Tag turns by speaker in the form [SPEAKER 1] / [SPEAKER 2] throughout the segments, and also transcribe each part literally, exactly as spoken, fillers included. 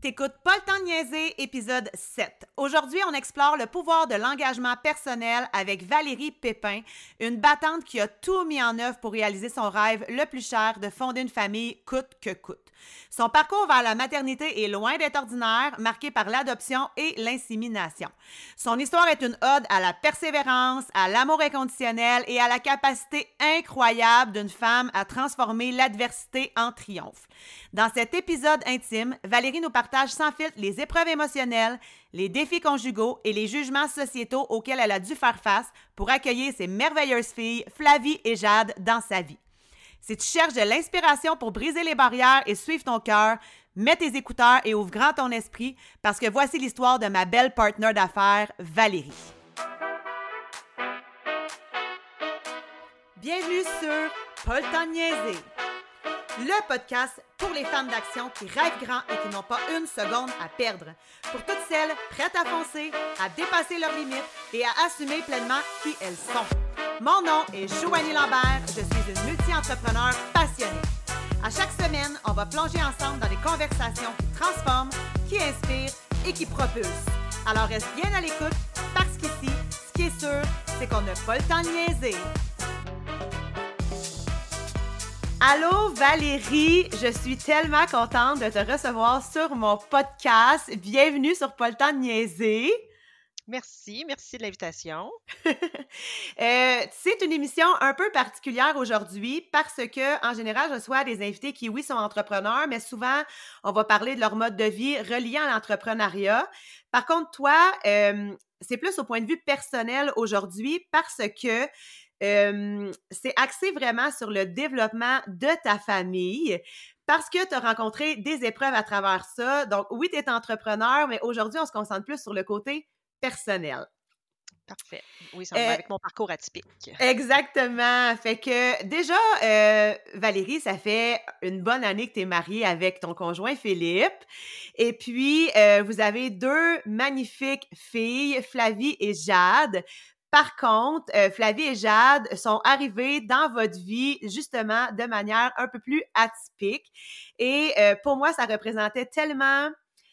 [SPEAKER 1] T'écoutes pas le temps de niaiser, épisode sept. Aujourd'hui, on explore le pouvoir de l'engagement personnel avec Valérie Pépin, une battante qui a tout mis en œuvre pour réaliser son rêve le plus cher de fonder une famille coûte que coûte. Son parcours vers la maternité est loin d'être ordinaire, marqué par l'adoption et l'insémination. Son histoire est une ode à la persévérance, à l'amour inconditionnel et à la capacité incroyable d'une femme à transformer l'adversité en triomphe. Dans cet épisode intime, Valérie nous partage sans filtre les épreuves émotionnelles, les défis conjugaux et les jugements sociétaux auxquels elle a dû faire face pour accueillir ces merveilleuses filles, Flavie et Jade, dans sa vie. Si tu cherches de l'inspiration pour briser les barrières et suivre ton cœur, mets tes écouteurs et ouvre grand ton esprit parce que voici l'histoire de ma belle partenaire d'affaires, Valérie. Bienvenue sur Pas le temps de niaiser, le podcast pour les femmes d'action qui rêvent grand et qui n'ont pas une seconde à perdre. Pour toutes celles prêtes à foncer, à dépasser leurs limites et à assumer pleinement qui elles sont. Mon nom est Joanie Lambert, je suis une multi-entrepreneur passionnée. À chaque semaine, on va plonger ensemble dans des conversations qui transforment, qui inspirent et qui propulsent. Alors reste bien à l'écoute parce qu'ici, ce qui est sûr, c'est qu'on n'a pas le temps de niaiser. Allô Valérie, je suis tellement contente de te recevoir sur mon podcast. Bienvenue sur Pas le temps de niaiser.
[SPEAKER 2] Merci, merci de l'invitation.
[SPEAKER 1] euh, c'est une émission un peu particulière aujourd'hui parce que, en général, je reçois des invités qui, oui, sont entrepreneurs, mais souvent, on va parler de leur mode de vie relié à l'entrepreneuriat. Par contre, toi, euh, c'est plus au point de vue personnel aujourd'hui parce que Euh, c'est axé vraiment sur le développement de ta famille parce que tu as rencontré des épreuves à travers ça. Donc, oui, tu es entrepreneur, mais aujourd'hui, on se concentre plus sur le côté personnel.
[SPEAKER 2] Parfait. Oui, ça va
[SPEAKER 1] Euh,
[SPEAKER 2] avec mon parcours atypique.
[SPEAKER 1] exactement. Fait que déjà, euh, Valérie, ça fait une bonne année que tu es mariée avec ton conjoint Philippe. Et puis, euh, vous avez deux magnifiques filles, Flavie et Jade. Par contre, euh, Flavie et Jade sont arrivées dans votre vie justement de manière un peu plus atypique. Et euh, pour moi, ça représentait tellement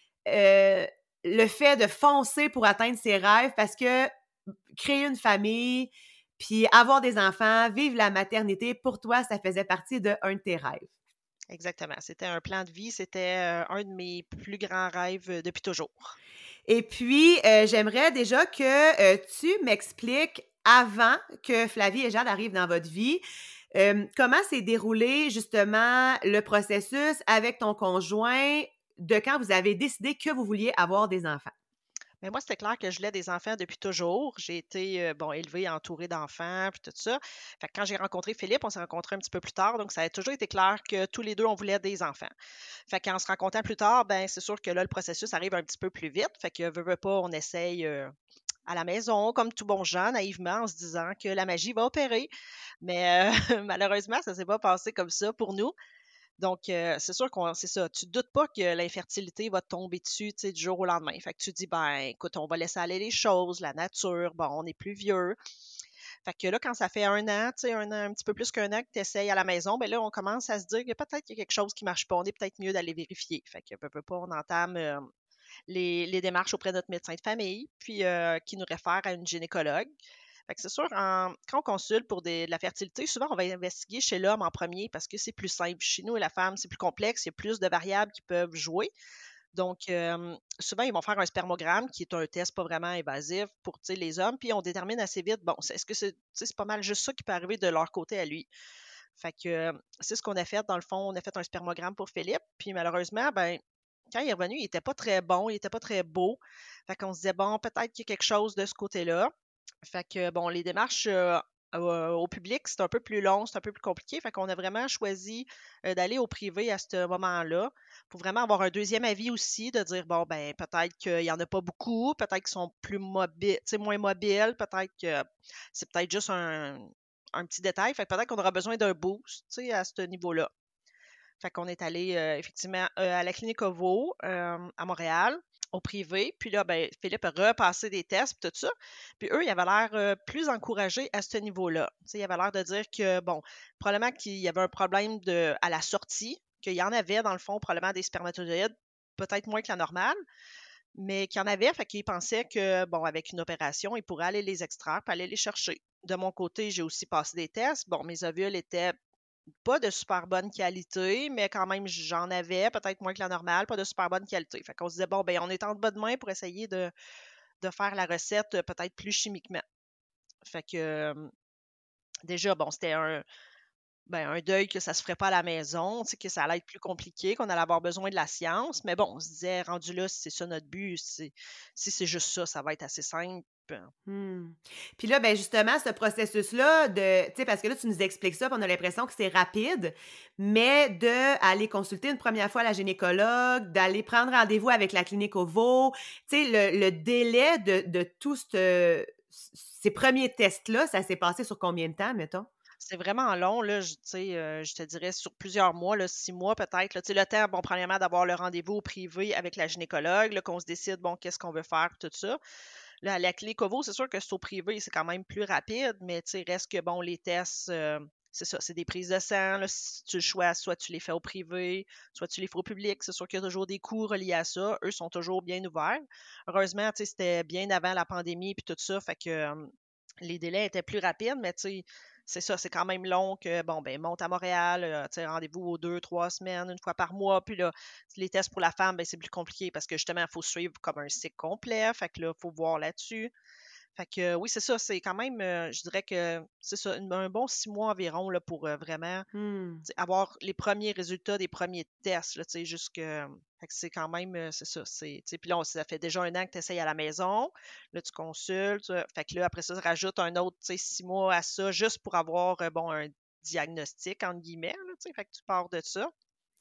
[SPEAKER 1] euh, le fait de foncer pour atteindre ses rêves parce que créer une famille, puis avoir des enfants, vivre la maternité, pour toi, ça faisait partie d'un de, de tes rêves.
[SPEAKER 2] Exactement. C'était un plan de vie. C'était euh, un de mes plus grands rêves euh, depuis toujours.
[SPEAKER 1] Et puis, euh, j'aimerais déjà que euh, tu m'expliques, avant que Flavie et Jade arrivent dans votre vie, euh, comment s'est déroulé justement le processus avec ton conjoint de quand vous avez décidé que vous vouliez avoir des enfants?
[SPEAKER 2] Mais moi, c'était clair que je voulais des enfants depuis toujours. J'ai été, euh, bon, élevée, entourée d'enfants, puis tout ça. Fait que quand j'ai rencontré Philippe, on s'est rencontrés un petit peu plus tard, donc ça a toujours été clair que tous les deux, on voulait des enfants. Fait qu'en se rencontrant plus tard, ben c'est sûr que là, le processus arrive un petit peu plus vite. Fait que, veux, veux pas, on essaye euh, à la maison, comme tout bon gens, naïvement, en se disant que la magie va opérer. Mais euh, malheureusement, ça s'est pas passé comme ça pour nous. Donc, euh, c'est sûr qu'on c'est ça. Tu ne doutes pas que l'infertilité va te tomber dessus, tu sais, du jour au lendemain. Fait que tu dis, ben, écoute, on va laisser aller les choses, la nature, bon, on est plus vieux. Fait que là, quand ça fait un an, tu sais, un an, un petit peu plus qu'un an que tu essayes à la maison, ben là, on commence à se dire que peut-être qu'il y a quelque chose qui marche pas. On est peut-être mieux d'aller vérifier. Fait que peu, peu pas, on entame euh, les, les démarches auprès de notre médecin de famille, puis euh, qui nous réfère à une gynécologue. Fait que c'est sûr, en- quand on consulte pour des- de la fertilité, souvent on va investiguer chez l'homme en premier parce que c'est plus simple. Chez nous et la femme, c'est plus complexe, il y a plus de variables qui peuvent jouer. Donc, euh, souvent, ils vont faire un spermogramme, qui est un test pas vraiment invasif pour tu sais, les hommes, puis on détermine assez vite, bon, c'est- est-ce que c'est tu sais, c'est pas mal juste ça qui peut arriver de leur côté à lui. Fait que euh, c'est ce qu'on a fait. Dans le fond, on a fait un spermogramme pour Philippe, puis malheureusement, ben, quand il est revenu, il était pas très bon, il était pas très beau. Fait qu'on se disait, bon, peut-être qu'il y a quelque chose de ce côté-là. Fait que, bon, les démarches euh, euh, au public, c'est un peu plus long, c'est un peu plus compliqué. Fait qu'on a vraiment choisi euh, d'aller au privé à ce moment-là pour vraiment avoir un deuxième avis aussi, de dire, bon, ben, peut-être qu'il n'y en a pas beaucoup, peut-être qu'ils sont plus mobiles, tu sais, moins mobiles, peut-être que c'est peut-être juste un, un petit détail. Fait que peut-être qu'on aura besoin d'un boost, tu sais, à ce niveau-là. Fait qu'on est allé euh, effectivement euh, à la clinique OVO euh, à Montréal, au privé. Puis là, ben, Philippe a repassé des tests et tout ça. Puis eux, ils avaient l'air euh, plus encouragés à ce niveau-là. Tu sais, ils avaient l'air de dire que, bon, probablement qu'il y avait un problème de, à la sortie, qu'il y en avait, dans le fond, probablement des spermatozoïdes peut-être moins que la normale, mais qu'il y en avait, fait qu'il pensait que, bon, avec une opération, il pourrait aller les extraire puis aller les chercher. De mon côté, j'ai aussi passé des tests. Bon, mes ovules étaient pas de super bonne qualité, mais quand même, j'en avais, peut-être moins que la normale, pas de super bonne qualité. Fait qu'on se disait, bon, ben, on est en bas de main pour essayer de, de faire la recette euh, peut-être plus chimiquement. Fait que, euh, déjà, bon, c'était un, ben, un deuil que ça se ferait pas à la maison, tu sais, que ça allait être plus compliqué, qu'on allait avoir besoin de la science. Mais bon, on se disait, rendu là, si c'est ça notre but, si, si c'est juste ça, ça va être assez simple.
[SPEAKER 1] Mmh. Puis là, ben justement, ce processus-là de tu sais, parce que là, tu nous expliques ça, puis on a l'impression que c'est rapide, mais d'aller consulter une première fois la gynécologue, d'aller prendre rendez-vous avec la clinique OVO, tu sais, le le délai de de tout ce ces premiers tests-là, ça s'est passé sur combien de temps, mettons?
[SPEAKER 2] C'est vraiment long, là, je, tu sais, euh, je te dirais sur plusieurs mois, là, six mois peut-être. Là, tu sais, le temps, bon, premièrement, d'avoir le rendez-vous au privé avec la gynécologue, là, qu'on se décide, bon, qu'est-ce qu'on veut faire, tout ça. Là, à la clinique OVO, c'est sûr que c'est au privé, c'est quand même plus rapide, mais tu sais, reste que, bon, les tests, euh, c'est ça, c'est des prises de sang. Là, si tu le choisis, soit tu les fais au privé, soit tu les fais au public. C'est sûr qu'il y a toujours des coûts reliés à ça. Eux sont toujours bien ouverts. Heureusement, tu sais, c'était bien avant la pandémie puis tout ça, fait que euh, les délais étaient plus rapides, mais tu sais, c'est ça, c'est quand même long que, bon, ben, monte à Montréal, euh, tu sais, rendez-vous aux deux, trois semaines, une fois par mois. Puis là, les tests pour la femme, ben, c'est plus compliqué parce que justement, il faut suivre comme un cycle complet. Fait que là, il faut voir là-dessus. Fait que euh, oui, c'est ça, c'est quand même, euh, je dirais que c'est ça, une- un bon six mois environ là, pour euh, vraiment
[SPEAKER 1] Mmh.
[SPEAKER 2] tu sais, avoir les premiers résultats des premiers tests, là, tu sais, jusque, fait que c'est quand même, euh, c'est ça, c'est, tu sais, puis là, on- ça fait déjà un an que tu essayes à la maison, là, tu consultes, euh, fait que là, après ça, tu rajoutes un autre, tu sais, six mois à ça, juste pour avoir, euh, bon, un diagnostic, entre guillemets, là, tu sais, fait que tu pars de ça.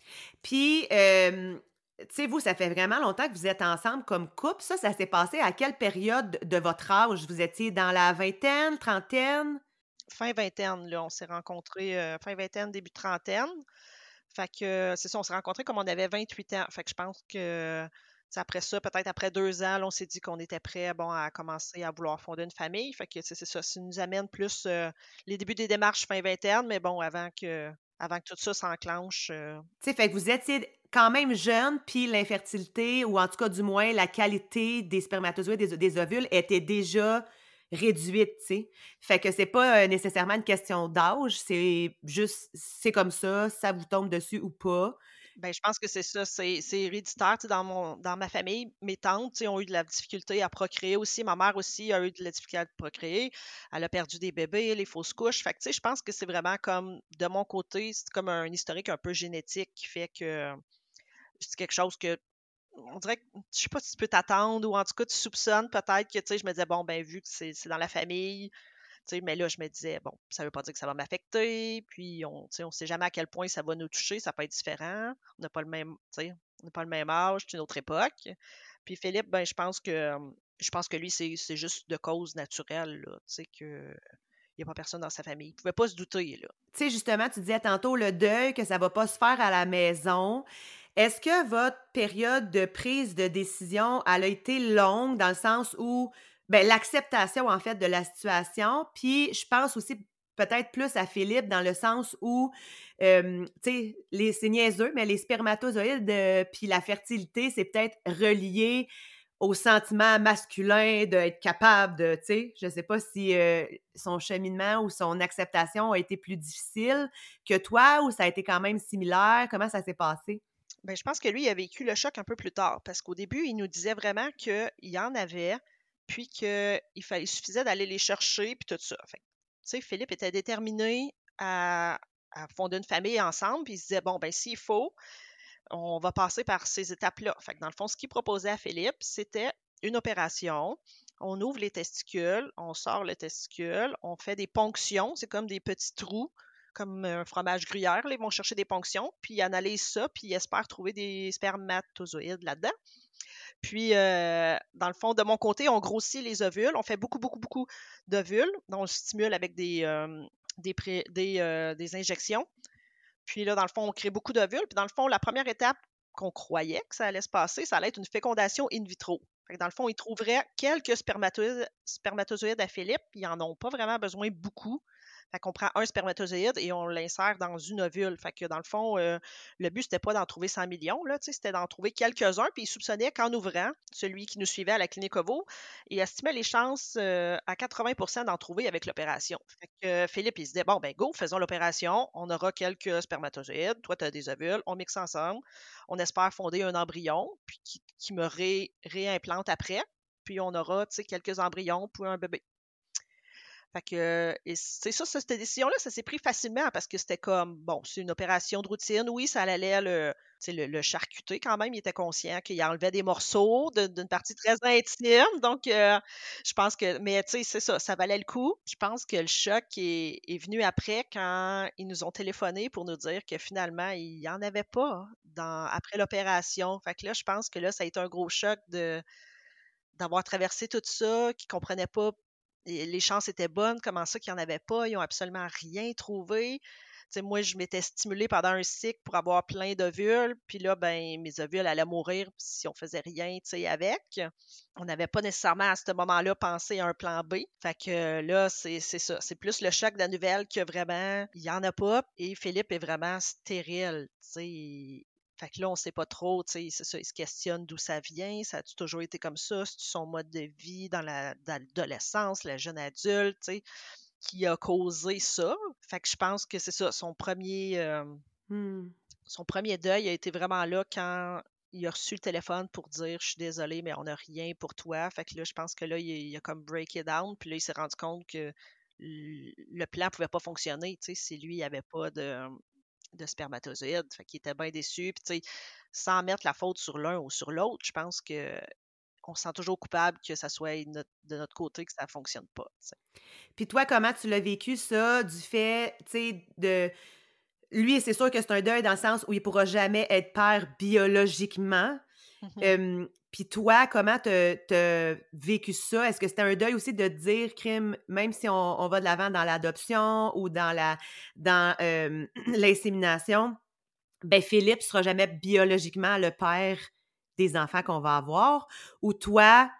[SPEAKER 1] Puis, hem, tu sais, vous, ça fait vraiment longtemps que vous êtes ensemble comme couple. Ça, ça s'est passé à quelle période de votre âge? Vous étiez dans la vingtaine, trentaine?
[SPEAKER 2] Fin vingtaine, là, on s'est rencontrés, euh, fin vingtaine, début trentaine. Fait que euh, c'est ça, on s'est rencontrés comme on avait vingt-huit ans. Fait que je pense que c'est après ça, peut-être après deux ans, là, on s'est dit qu'on était prêt bon, à commencer à vouloir fonder une famille. Fait que c'est c'est ça, ça nous amène plus euh, les débuts des démarches fin vingtaine, mais bon, avant que avant que tout ça s'enclenche. euh,
[SPEAKER 1] Tu sais, fait que vous étiez quand même jeune, puis l'infertilité, ou en tout cas, du moins, la qualité des spermatozoïdes, des, des ovules, était déjà réduite, tu sais. Fait que c'est pas euh, nécessairement une question d'âge, c'est juste, c'est comme ça, ça vous tombe dessus ou pas.
[SPEAKER 2] Ben, je pense que c'est ça, c'est c'est héréditaire, tu sais, dans mon dans ma famille. Mes tantes, tu sais, ont eu de la difficulté à procréer aussi. Ma mère aussi a eu de la difficulté à procréer. Elle a perdu des bébés, les fausses couches. Fait que, tu sais, je pense que c'est vraiment comme, de mon côté, c'est comme un historique un peu génétique qui fait que c'est quelque chose que, on dirait que, je sais pas si tu peux t'attendre ou en tout cas, tu soupçonnes peut-être que, tu sais, je me disais, bon, ben, vu que c'est c'est dans la famille, tu sais, mais là, je me disais, bon, ça veut pas dire que ça va m'affecter, puis on, tu sais, on sait jamais à quel point ça va nous toucher, ça peut être différent. On n'a pas le même, tu sais, on n'a pas le même âge, c'est une autre époque. Puis Philippe, ben, je pense que, je pense que lui, c'est c'est juste de cause naturelle, là, tu sais, que il n'y a pas personne dans sa famille. Il pouvait pas se douter, là.
[SPEAKER 1] Tu sais, justement, tu disais tantôt le deuil, que ça va pas se faire à la maison. Est-ce que votre période de prise de décision, elle a été longue dans le sens où, ben, l'acceptation, en fait, de la situation? Puis, je pense aussi peut-être plus à Philippe dans le sens où, hem, tu sais, les c'est niaiseux, mais les spermatozoïdes, heu, puis la fertilité, c'est peut-être relié au sentiment masculin d'être capable de, tu sais, je sais pas si, heu, son cheminement ou son acceptation a été plus difficile que toi ou ça a été quand même similaire? Comment ça s'est passé?
[SPEAKER 2] Ben, je pense que lui, il a vécu le choc un peu plus tard, parce qu'au début, il nous disait vraiment qu'il y en avait, puis qu'il fallait, il suffisait d'aller les chercher, puis tout ça. Fait que, tu sais, Philippe était déterminé à, à fonder une famille ensemble, puis il se disait, bon, ben, s'il faut, on va passer par ces étapes-là. Fait que dans le fond, ce qu'il proposait à Philippe, c'était une opération. On ouvre les testicules, on sort le testicule, on fait des ponctions, c'est comme des petits trous, comme un fromage gruyère. Là, ils vont chercher des ponctions, puis ils analysent ça, puis ils espèrent trouver des spermatozoïdes là-dedans. Puis, euh, dans le fond, de mon côté, on grossit les ovules. On fait beaucoup, beaucoup, beaucoup d'ovules. On le stimule avec des, euh, des, pré- des, euh, des injections. Puis là, dans le fond, on crée beaucoup d'ovules. Puis dans le fond, la première étape qu'on croyait que ça allait se passer, ça allait être une fécondation in vitro. Fait que dans le fond, ils trouveraient quelques spermatozoïdes, spermatozoïdes à Philippe. Ils n'en ont pas vraiment besoin beaucoup. Fait qu'on prend un spermatozoïde et on l'insère dans une ovule. Fait que dans le fond, euh, le but, c'était pas d'en trouver cent millions, là, tu sais, c'était d'en trouver quelques-uns. Puis il soupçonnait qu'en ouvrant, celui qui nous suivait à la clinique OVO, il estimait les chances euh, à quatre-vingts pour cent d'en trouver avec l'opération. Fait que euh, Philippe, il se disait, bon, ben go, faisons l'opération. On aura quelques spermatozoïdes. Toi, tu as des ovules. On mixe ensemble. On espère fonder un embryon, puis qui, qui me ré- réimplante après. Puis on aura, tu sais, quelques embryons, puis un bébé. Fait que, et c'est ça, ça, cette décision-là, ça s'est pris facilement parce que c'était comme, bon, c'est une opération de routine. Oui, ça allait le, tu sais, le, le charcuter quand même. Il était conscient qu'il enlevait des morceaux de- d'une partie très intime. Donc, euh, je pense que, mais tu sais, c'est ça, ça valait le coup. Je pense que le choc est, est venu après quand ils nous ont téléphoné pour nous dire que finalement, il n'y en avait pas dans, après l'opération. Fait que là, je pense que là, ça a été un gros choc de d'avoir traversé tout ça, qui ne comprenaient pas et les chances étaient bonnes, comment ça qu'il n'y en avait pas, ils n'ont absolument rien trouvé. Tu sais, moi, je m'étais stimulée pendant un cycle pour avoir plein d'ovules, puis là, ben, mes ovules allaient mourir si on faisait rien, tu sais, avec. On n'avait pas nécessairement à ce moment-là pensé à un plan B. Fait que là, c'est c'est ça. C'est plus le choc de la nouvelle que vraiment, il n'y en a pas. Et Philippe est vraiment stérile. Tu sais, fait que là, on sait pas trop, tu sais, c'est ça, il se questionne d'où ça vient, ça a-tu toujours été comme ça, c'est son mode de vie dans la dans l'adolescence, la jeune adulte, tu sais, qui a causé ça. Fait que je pense que c'est ça, son premier, euh,
[SPEAKER 1] Hmm.
[SPEAKER 2] son premier deuil a été vraiment là quand il a reçu le téléphone pour dire je suis désolé, mais on n'a rien pour toi. Fait que là, je pense que là, il, il a comme break it down, puis là, il s'est rendu compte que l- le plan pouvait pas fonctionner, tu sais, si lui, il avait pas de, de spermatozoïdes. Fait qu'il était bien déçu. Puis, tu sais, sans mettre la faute sur l'un ou sur l'autre, je pense que on se sent toujours coupable que ça soit notre- de notre côté que ça ne fonctionne pas. Tu sais.
[SPEAKER 1] Puis toi, comment tu l'as vécu, ça, du fait, tu sais, de... Lui, c'est sûr que c'est un deuil dans le sens où il pourra jamais être père biologiquement.
[SPEAKER 2] Mhm.
[SPEAKER 1] Hem, puis toi, comment t'as as vécu ça? Est-ce que c'était un deuil aussi de te dire, crime, même si on, on va de l'avant dans l'adoption ou dans la dans euh, l'insémination, ben Philippe sera jamais biologiquement le père des enfants qu'on va avoir, ou toi,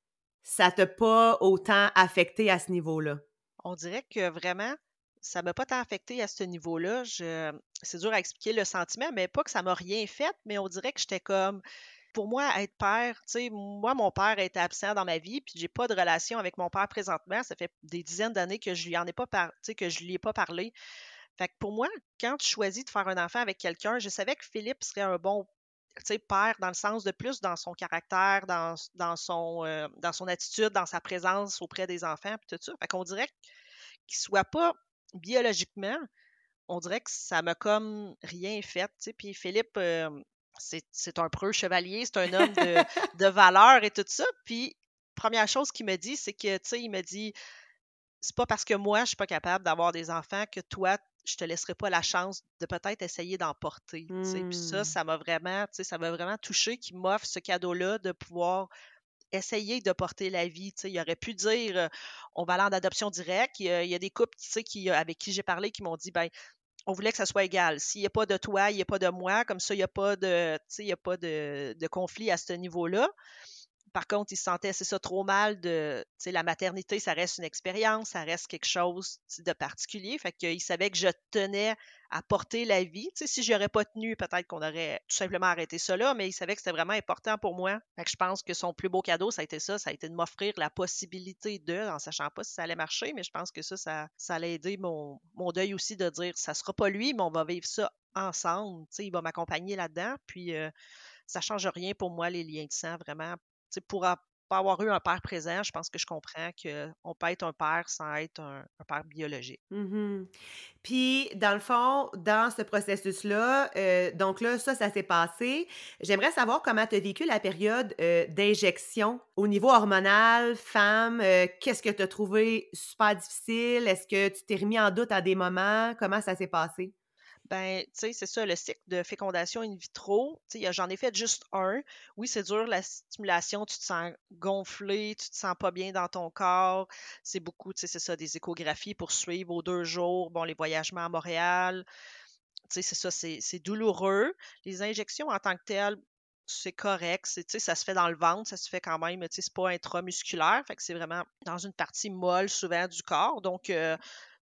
[SPEAKER 1] ça t'a pas autant affecté à ce niveau-là?
[SPEAKER 2] On dirait que vraiment, ça ne m'a pas tant affecté à ce niveau-là. Je... C'est dur à expliquer le sentiment, mais pas que ça m'a rien fait, mais on dirait que j'étais comme, pour moi, être père, tu sais, moi, mon père était absent dans ma vie, puis j'ai pas de relation avec mon père présentement. Ça fait des dizaines d'années que je lui en ai pas par... tu sais, que je lui ai pas parlé. Fait que pour moi, quand tu choisis de faire un enfant avec quelqu'un, je savais que Philippe serait un bon tu sais, père dans le sens de plus dans son caractère, dans, dans son, euh, dans son attitude, dans sa présence auprès des enfants, puis tout ça. Fait qu'on dirait qu'il soit pas biologiquement, on dirait que ça m'a comme rien fait, tu sais. Puis Philippe, euh, c'est c'est un preux chevalier, c'est un homme de, de valeur et tout ça. Puis première chose qu'il me dit, c'est que, tu sais, il me dit, c'est pas parce que moi, je suis pas capable d'avoir des enfants que toi, je te laisserai pas la chance de peut-être essayer d'en porter. Tu sais. Puis ça,
[SPEAKER 1] Mmh.
[SPEAKER 2] ça m'a vraiment, tu sais, ça m'a vraiment touché qu'il m'offre ce cadeau-là de pouvoir essayer de porter la vie. Tu sais. Il aurait pu dire euh, on va aller en adoption directe. Il y a, il y a des couples tu sais, qui, avec qui j'ai parlé qui m'ont dit ben on voulait que ça soit égal. S'il n'y a pas de toi, il n'y a pas de moi. Comme ça, il n'y a pas de, tu sais, il y a pas de, de conflit à ce niveau-là. Par contre, il se sentait, c'est ça, trop mal de, tu sais, la maternité, ça reste une expérience, ça reste quelque chose tu sais, de particulier. Fait qu'il savait que je tenais à porter la vie. Tu sais, si je n'aurais pas tenu, peut-être qu'on aurait tout simplement arrêté ça là, mais il savait que c'était vraiment important pour moi. Fait que je pense que son plus beau cadeau, ça a été ça, ça a été de m'offrir la possibilité de, en sachant pas si ça allait marcher, mais je pense que ça, ça, ça allait aider mon, mon deuil aussi de dire, ça sera pas lui, mais on va vivre ça ensemble. Tu sais, il va m'accompagner là-dedans, puis euh, ça ne change rien pour moi, les liens de sang, vraiment. Tu sais, pour a- pas avoir eu un père présent, je pense que je comprends qu'on peut être un père sans être un, un père biologique.
[SPEAKER 1] Mmh. Puis, dans le fond, dans ce processus-là, heu, donc là, ça, ça s'est passé. J'aimerais savoir comment tu as vécu la période, heu, d'injection au niveau hormonal, femme, heu, qu'est-ce que tu as trouvé super difficile? Est-ce que tu t'es remis en doute à des moments? Comment ça s'est passé?
[SPEAKER 2] Ben, tu sais, c'est ça, le cycle de fécondation in vitro. Tu sais, y a- j'en ai fait juste un. Oui, c'est dur, la stimulation, tu te sens gonflé, tu te sens pas bien dans ton corps. C'est beaucoup, tu sais, c'est ça, des échographies pour suivre aux deux jours. Bon, les voyagements à Montréal. Tu sais, c'est ça, c'est c'est douloureux. Les injections en tant que telles, c'est correct. C'est, tu sais, ça se fait dans le ventre, ça se fait quand même, tu sais, c'est pas intramusculaire, fait que c'est vraiment dans une partie molle souvent du corps. Donc, euh,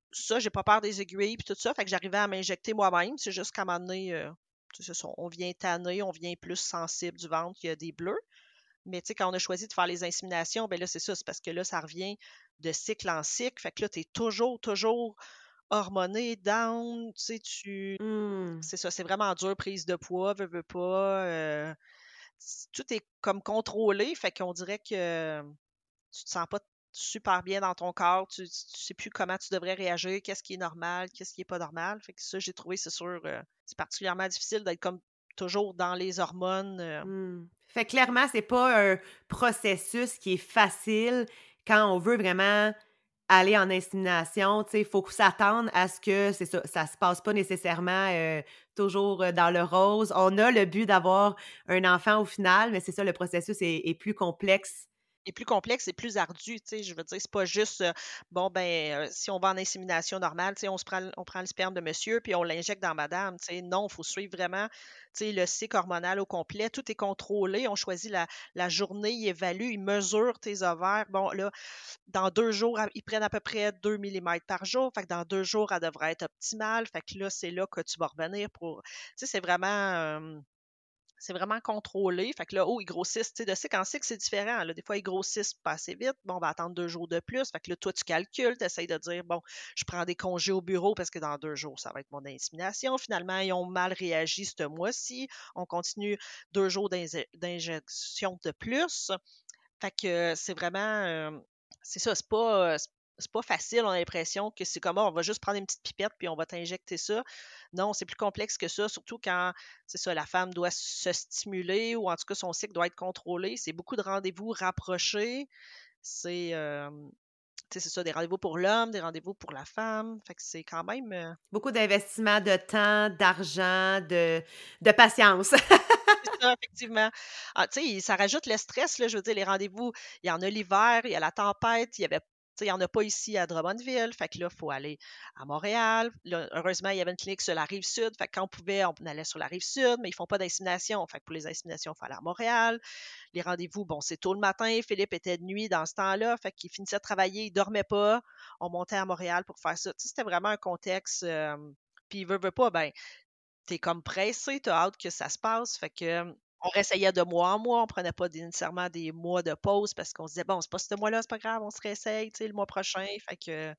[SPEAKER 2] ça, j'ai pas peur des aiguilles puis tout ça, fait que j'arrivais à m'injecter moi-même. C'est juste qu'à un moment donné, euh, c'est ça, on vient tanner, on vient plus sensible du ventre, il y a des bleus. Mais tu sais, quand on a choisi de faire les inséminations, ben là, c'est ça, c'est parce que là, ça revient de cycle en cycle. Fait que là, tu es toujours, toujours hormoné, down, tu sais, tu...
[SPEAKER 1] Hmm.
[SPEAKER 2] C'est ça, c'est vraiment dur, prise de poids, veux, veux pas. euh, c- tout est comme contrôlé, fait qu'on dirait que tu te sens pas super bien dans ton corps, tu, tu sais plus comment tu devrais réagir, qu'est-ce qui est normal, qu'est-ce qui est pas normal. Fait que ça, j'ai trouvé, c'est sûr, euh, c'est particulièrement difficile d'être comme toujours dans les hormones. euh.
[SPEAKER 1] Hmm. Fait que clairement, c'est pas un processus qui est facile quand on veut vraiment aller en insémination. Tu sais, il faut s'attendre à ce que c'est ça, ça se passe pas nécessairement euh, toujours euh, dans le rose. On a le but d'avoir un enfant au final, mais c'est ça, le processus est, est plus complexe.
[SPEAKER 2] Est plus complexe et plus ardu, tu sais, je veux dire, c'est pas juste, euh, bon, ben, euh, si on va en insémination normale, tu sais, on se prend, le- on prend le sperme de monsieur puis on l'injecte dans madame, tu sais, non, il faut suivre vraiment, tu sais, le cycle hormonal au complet, tout est contrôlé, on choisit la, la journée, ils évaluent, ils mesurent tes ovaires, bon, là, dans deux jours, à- ils prennent à peu près deux millimètres par jour, fait que dans deux jours, elle devrait être optimale, fait que là, c'est là que tu vas revenir pour, tu sais, c'est vraiment... euh, c'est vraiment contrôlé. Fait que là, oh, ils grossissent. Tu sais, de cycle en cycle, c'est différent. Là. Des fois, ils grossissent pas assez vite. Bon, on va attendre deux jours de plus. Fait que là, toi, tu calcules, tu essaies de dire, bon, je prends des congés au bureau parce que dans deux jours, ça va être mon insémination. Finalement, ils ont mal réagi ce mois-ci. On continue deux jours d'inje- d'injection de plus. Fait que euh, c'est vraiment, euh, c'est ça, c'est pas, euh, c'est c'est pas facile. On a l'impression que c'est comme, ah, on va juste prendre une petite pipette puis on va t'injecter ça. Non, c'est plus complexe que ça, surtout quand, c'est ça, la femme doit se stimuler ou en tout cas son cycle doit être contrôlé. C'est beaucoup de rendez-vous rapprochés. C'est, euh, tu sais, c'est ça, des rendez-vous pour l'homme, des rendez-vous pour la femme. Fait que c'est quand même, euh,
[SPEAKER 1] Beaucoup d'investissement de temps, d'argent, de, de patience.
[SPEAKER 2] c'est ça, effectivement. Ah, tu sais, ça rajoute le stress, là, je veux dire, les rendez-vous, il y en a l'hiver, il y a la tempête, il y avait, tu sais, il y en a pas ici à Drummondville, fait que là, il faut aller à Montréal. Là, heureusement, il y avait une clinique sur la rive sud, fait que quand on pouvait, on allait sur la rive sud, mais ils font pas d'insémination, fait que pour les inséminations, il faut aller à Montréal. Les rendez-vous, bon, c'est tôt le matin, Philippe était de nuit dans ce temps-là, fait qu'il finissait de travailler, il dormait pas, on montait à Montréal pour faire ça. Tu sais, c'était vraiment un contexte, euh, puis il veut, veut pas, ben, t'es comme pressé, t'as hâte que ça se passe. Fait que, euh, on réessayait de mois en mois, on prenait pas des- nécessairement des mois de pause parce qu'on se disait, bon, c'est pas ce mois-là, c'est pas grave, on se réessaye, tu sais, le mois prochain. Fait que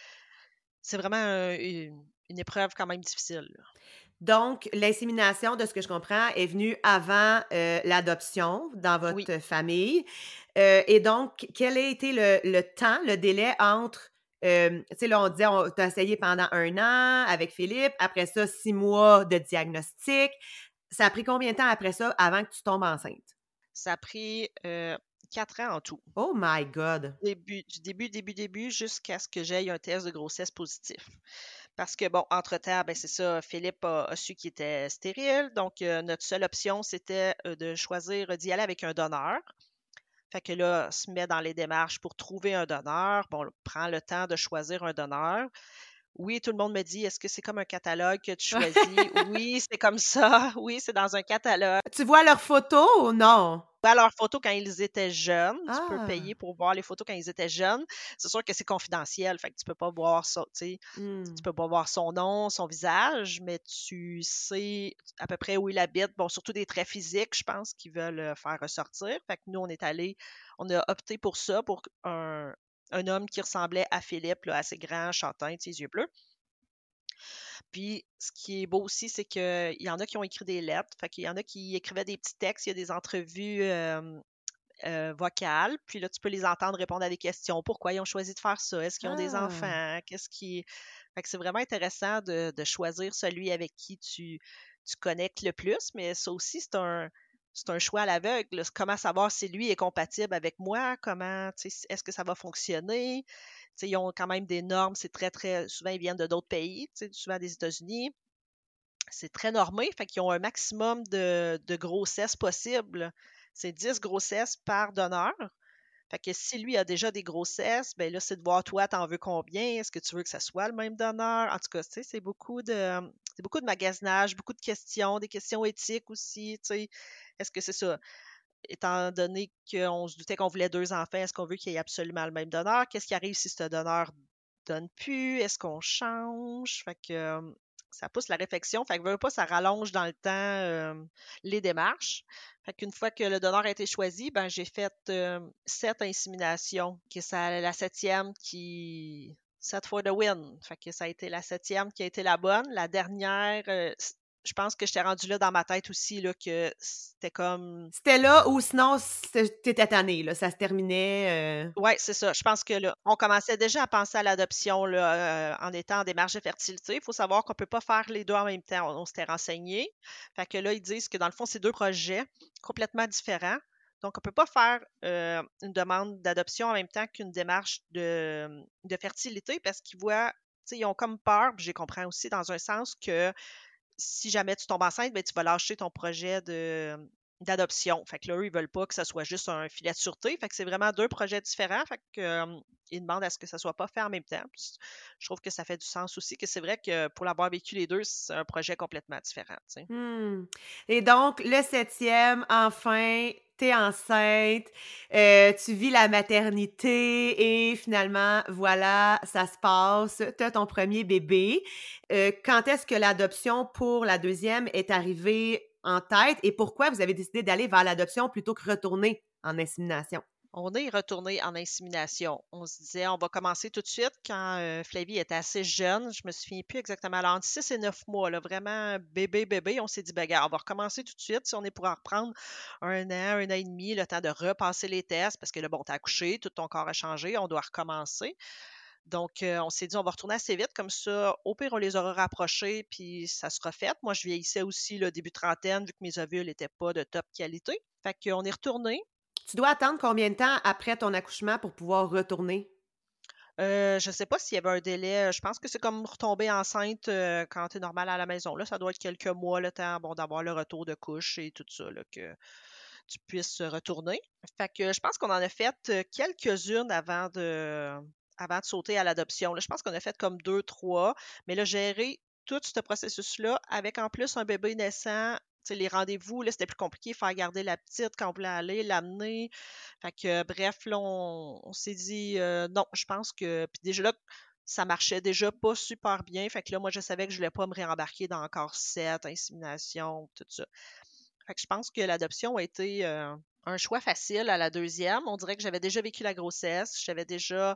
[SPEAKER 2] c'est vraiment euh, une, une épreuve quand même difficile, là.
[SPEAKER 1] Donc, l'insémination, de ce que je comprends, est venue avant euh, l'adoption dans
[SPEAKER 2] Oui,
[SPEAKER 1] votre famille. Euh, et donc, quel a été le, le temps, le délai entre, euh, tu sais, là, on disait, on t'a essayé pendant un an avec Philippe, après ça, six mois de diagnostic. Ça a pris combien de temps après ça avant que tu tombes enceinte?
[SPEAKER 2] ça a pris euh, quatre ans en tout.
[SPEAKER 1] Oh my God!
[SPEAKER 2] Début, du début, début, début, jusqu'à ce que j'aie un test de grossesse positif. Parce que, bon, entre-temps, ben, c'est ça, Philippe a, a su qu'il était stérile. Donc, euh, notre seule option, c'était euh, de choisir d'y aller avec un donneur. Fait que là, on se met dans les démarches pour trouver un donneur. Bon, on prend le temps de choisir un donneur. Oui, tout le monde me dit, est-ce que c'est comme un catalogue que tu choisis? Oui, c'est comme ça. Oui, c'est dans un catalogue.
[SPEAKER 1] Tu vois leurs photos ou non?
[SPEAKER 2] Tu vois leurs photos quand ils étaient jeunes. Tu peux
[SPEAKER 1] Ah!
[SPEAKER 2] payer pour voir les photos quand ils étaient jeunes. C'est sûr que c'est confidentiel, fait que tu peux pas voir ça, tu sais, tu
[SPEAKER 1] Hmm.
[SPEAKER 2] peux pas voir son nom, son visage, mais tu sais à peu près où il habite. Bon, surtout des traits physiques, je pense, qu'ils veulent euh, faire ressortir. Fait que nous, on est allé, on a opté pour ça, pour un, un homme qui ressemblait à Philippe, là, assez grand, châtain, tu sais, yeux bleus. Puis, ce qui est beau aussi, c'est qu'il y en a qui ont écrit des lettres. Fait qu'il y en a qui écrivaient des petits textes. Il y a des entrevues euh, euh, vocales. Puis là, tu peux les entendre répondre à des questions. Pourquoi ils ont choisi de faire ça? Est-ce qu'ils ont des
[SPEAKER 1] Ah!
[SPEAKER 2] enfants? Qu'est-ce qui... Fait que c'est vraiment intéressant de, de choisir celui avec qui tu, tu connectes le plus. Mais ça aussi, c'est un, c'est un choix à l'aveugle, là. Comment savoir si lui est compatible avec moi? Comment, tu sais, est-ce que ça va fonctionner? Tu sais, ils ont quand même des normes. C'est très, très... Souvent, ils viennent de d'autres pays, tu sais, souvent des États-Unis. C'est très normé, fait qu'ils ont un maximum de, de grossesses possibles. C'est dix grossesses par donneur. Fait que si lui a déjà des grossesses, ben là, c'est de voir toi, t'en veux combien? Est-ce que tu veux que ça soit le même donneur? En tout cas, tu sais, c'est beaucoup de c'est beaucoup de magasinage, beaucoup de questions, des questions éthiques aussi, tu sais. Est-ce que c'est ça? Étant donné qu'on se doutait qu'on voulait deux enfants, est-ce qu'on veut qu'il y ait absolument le même donneur? Qu'est-ce qui arrive si ce donneur donne plus? Est-ce qu'on change? Fait que euh, ça pousse la réflexion. Fait que veut pas, ça rallonge dans le temps euh, les démarches. Fait qu'une fois que le donneur a été choisi, ben j'ai fait euh, sept inséminations, que c'est la septième qui set for the win. Fait que ça a été la septième qui a été la bonne. La dernière, euh, c- je pense que j'étais rendue là dans ma tête aussi, là, que c'était comme
[SPEAKER 1] C'était là ou sinon c'était- t'étais tannée, là, ça se terminait. euh,
[SPEAKER 2] ouais, c'est ça. Je pense que là, on commençait déjà à penser à l'adoption là, euh, en étant en démarche de fertilité. Il faut savoir qu'on ne peut pas faire les deux en même temps. On, on s'était renseigné. Fait que là, ils disent que dans le fond, c'est deux projets complètement différents. Donc, on ne peut pas faire euh, une demande d'adoption en même temps qu'une démarche de, de fertilité parce qu'ils voient, tu sais, ils ont comme peur, puis j'ai compris aussi dans un sens que si jamais tu tombes enceinte, ben, tu vas lâcher ton projet de d'adoption. Fait que là, eux, ils veulent pas que ça soit juste un filet de sûreté. Fait que c'est vraiment deux projets différents. Fait que, euh, ils demandent à ce que ça soit pas fait en même temps. Puis je trouve que ça fait du sens aussi, que c'est vrai que pour l'avoir vécu les deux, c'est un projet complètement différent, tu sais.
[SPEAKER 1] hmm. Et donc, le septième, enfin, t'es enceinte, euh, tu vis la maternité et finalement, voilà, ça se passe, t'as ton premier bébé. Euh, quand est-ce que l'adoption pour la deuxième est arrivée en tête et pourquoi vous avez décidé d'aller vers l'adoption plutôt que retourner en insémination?
[SPEAKER 2] On est retourné en insémination. On se disait, on va commencer tout de suite quand euh, Flavie était assez jeune. Je me souviens plus exactement. Alors, entre six et neuf mois, là, vraiment bébé, bébé. On s'est dit, ben, gars, on va recommencer tout de suite. Si on est pour en reprendre un an, un an et demi, le temps de repasser les tests, parce que là, bon, t'as accouché, tout ton corps a changé, on doit recommencer. Donc, euh, on s'est dit, on va retourner assez vite, comme ça, au pire, on les aura rapprochés, puis ça sera fait. Moi, je vieillissais aussi, le début trentaine, vu que mes ovules n'étaient pas de top qualité. Fait qu'on est retourné.
[SPEAKER 1] Tu dois attendre combien de temps après ton accouchement pour pouvoir retourner?
[SPEAKER 2] Euh, je ne sais pas s'il y avait un délai. Je pense que c'est comme retomber enceinte euh, quand tu es normal à la maison. Là, ça doit être quelques mois le temps bon, d'avoir le retour de couche et tout ça, là, que tu puisses retourner. Fait que je pense qu'on en a fait euh, quelques-unes avant de, avant de sauter à l'adoption. Là, je pense qu'on a fait comme deux, trois, mais là, gérer tout ce processus-là avec en plus un bébé naissant. Tu sais, les rendez-vous, là, c'était plus compliqué, faire garder la petite quand on voulait aller, l'amener. Fait que, bref, là, on, on s'est dit, euh, non, je pense que. Puis déjà là, ça marchait déjà pas super bien. Fait que là, moi, je savais que je voulais pas me réembarquer dans encore sept inséminations, tout ça. Fait que je pense que l'adoption a été euh, un choix facile à la deuxième. On dirait que j'avais déjà vécu la grossesse, j'avais déjà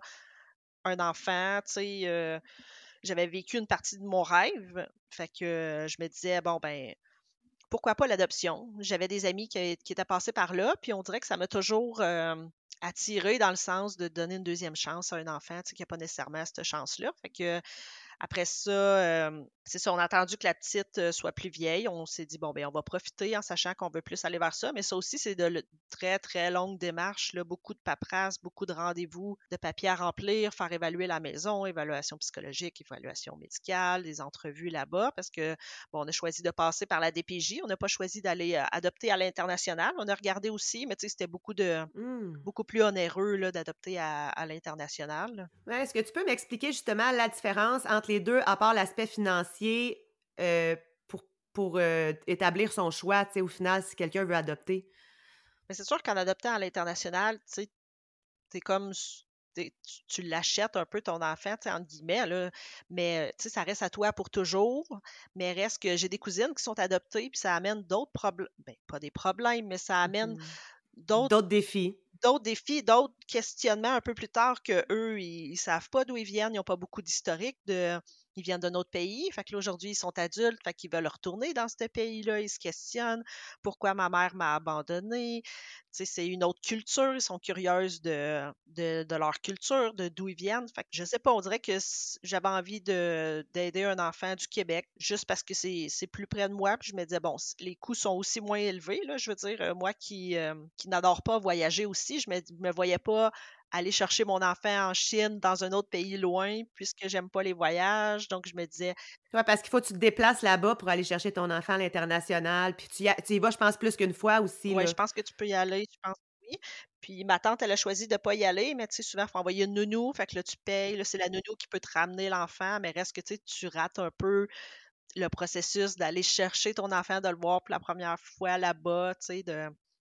[SPEAKER 2] un enfant, tu sais, euh, j'avais vécu une partie de mon rêve. Fait que euh, je me disais, bon, ben, pourquoi pas l'adoption? J'avais des amis qui, qui étaient passés par là, puis on dirait que ça m'a toujours euh, attirée dans le sens de donner une deuxième chance à un enfant, tu sais, qui n'a pas nécessairement cette chance-là. Fait que après ça, euh, c'est ça, on a attendu que la petite euh, soit plus vieille. On s'est dit, bon, ben, on va profiter en sachant qu'on veut plus aller vers ça. Mais ça aussi, c'est de le- très, très longues démarches, là, beaucoup de paperasse, beaucoup de rendez-vous, de papiers à remplir, faire évaluer la maison, évaluation psychologique, évaluation médicale, des entrevues là-bas, parce que, bon, on a choisi de passer par la D P J. On n'a pas choisi d'aller euh, adopter à l'international. On a regardé aussi, mais tu sais, c'était beaucoup de,
[SPEAKER 1] Hmm.
[SPEAKER 2] beaucoup plus onéreux, là, d'adopter à, à l'international.
[SPEAKER 1] Ouais, est-ce que tu peux m'expliquer justement la différence entre les deux, à part l'aspect financier, euh, pour, pour euh, établir son choix, tu sais, au final, si quelqu'un veut adopter?
[SPEAKER 2] Mais c'est sûr qu'en adoptant à l'international, tu sais, t'es comme s- t'es- tu, tu l'achètes un peu ton enfant, tu sais, entre guillemets, là, mais euh, tu sais, ça reste à toi pour toujours. Mais reste que j'ai des cousines qui sont adoptées, puis ça amène d'autres problèmes, ben, pas des problèmes, mais ça amène
[SPEAKER 1] Mhm.
[SPEAKER 2] d'autres
[SPEAKER 1] D'autres défis.
[SPEAKER 2] d'autres défis, d'autres questionnements un peu plus tard que eux, ils, ils savent pas d'où ils viennent, ils n'ont pas beaucoup d'historique de ils viennent d'un autre pays. Fait que là, aujourd'hui, ils sont adultes, fait qu'ils veulent retourner dans ce pays-là. Ils se questionnent pourquoi ma mère m'a abandonné. Tu sais, c'est une autre culture. Ils sont curieuses de, de, de leur culture, de d'où ils viennent. Fait que je sais pas, on dirait que s- j'avais envie de, d'aider un enfant du Québec juste parce que c'est, c'est plus près de moi. Puis je me disais, bon, c- les coûts sont aussi moins élevés, là. Je veux dire, euh, moi qui, euh, qui n'adore pas voyager aussi, je me, me voyais pas aller chercher mon enfant en Chine, dans un autre pays loin, puisque j'aime pas les voyages. Donc, je me disais,
[SPEAKER 1] Ouais, parce qu'il faut que tu te déplaces là-bas pour aller chercher ton enfant à l'international. Puis tu y, a- tu y vas, je pense, plus qu'une fois aussi,
[SPEAKER 2] ouais,
[SPEAKER 1] là.
[SPEAKER 2] je pense que tu peux y aller, je pense que oui. Puis ma tante, elle a choisi de pas y aller, mais tu sais, souvent, il faut envoyer une nounou. Fait que là, tu payes. Là, c'est la nounou qui peut te ramener l'enfant, mais reste que tu sais, tu rates un peu le processus d'aller chercher ton enfant, de le voir pour la première fois là-bas, tu sais, de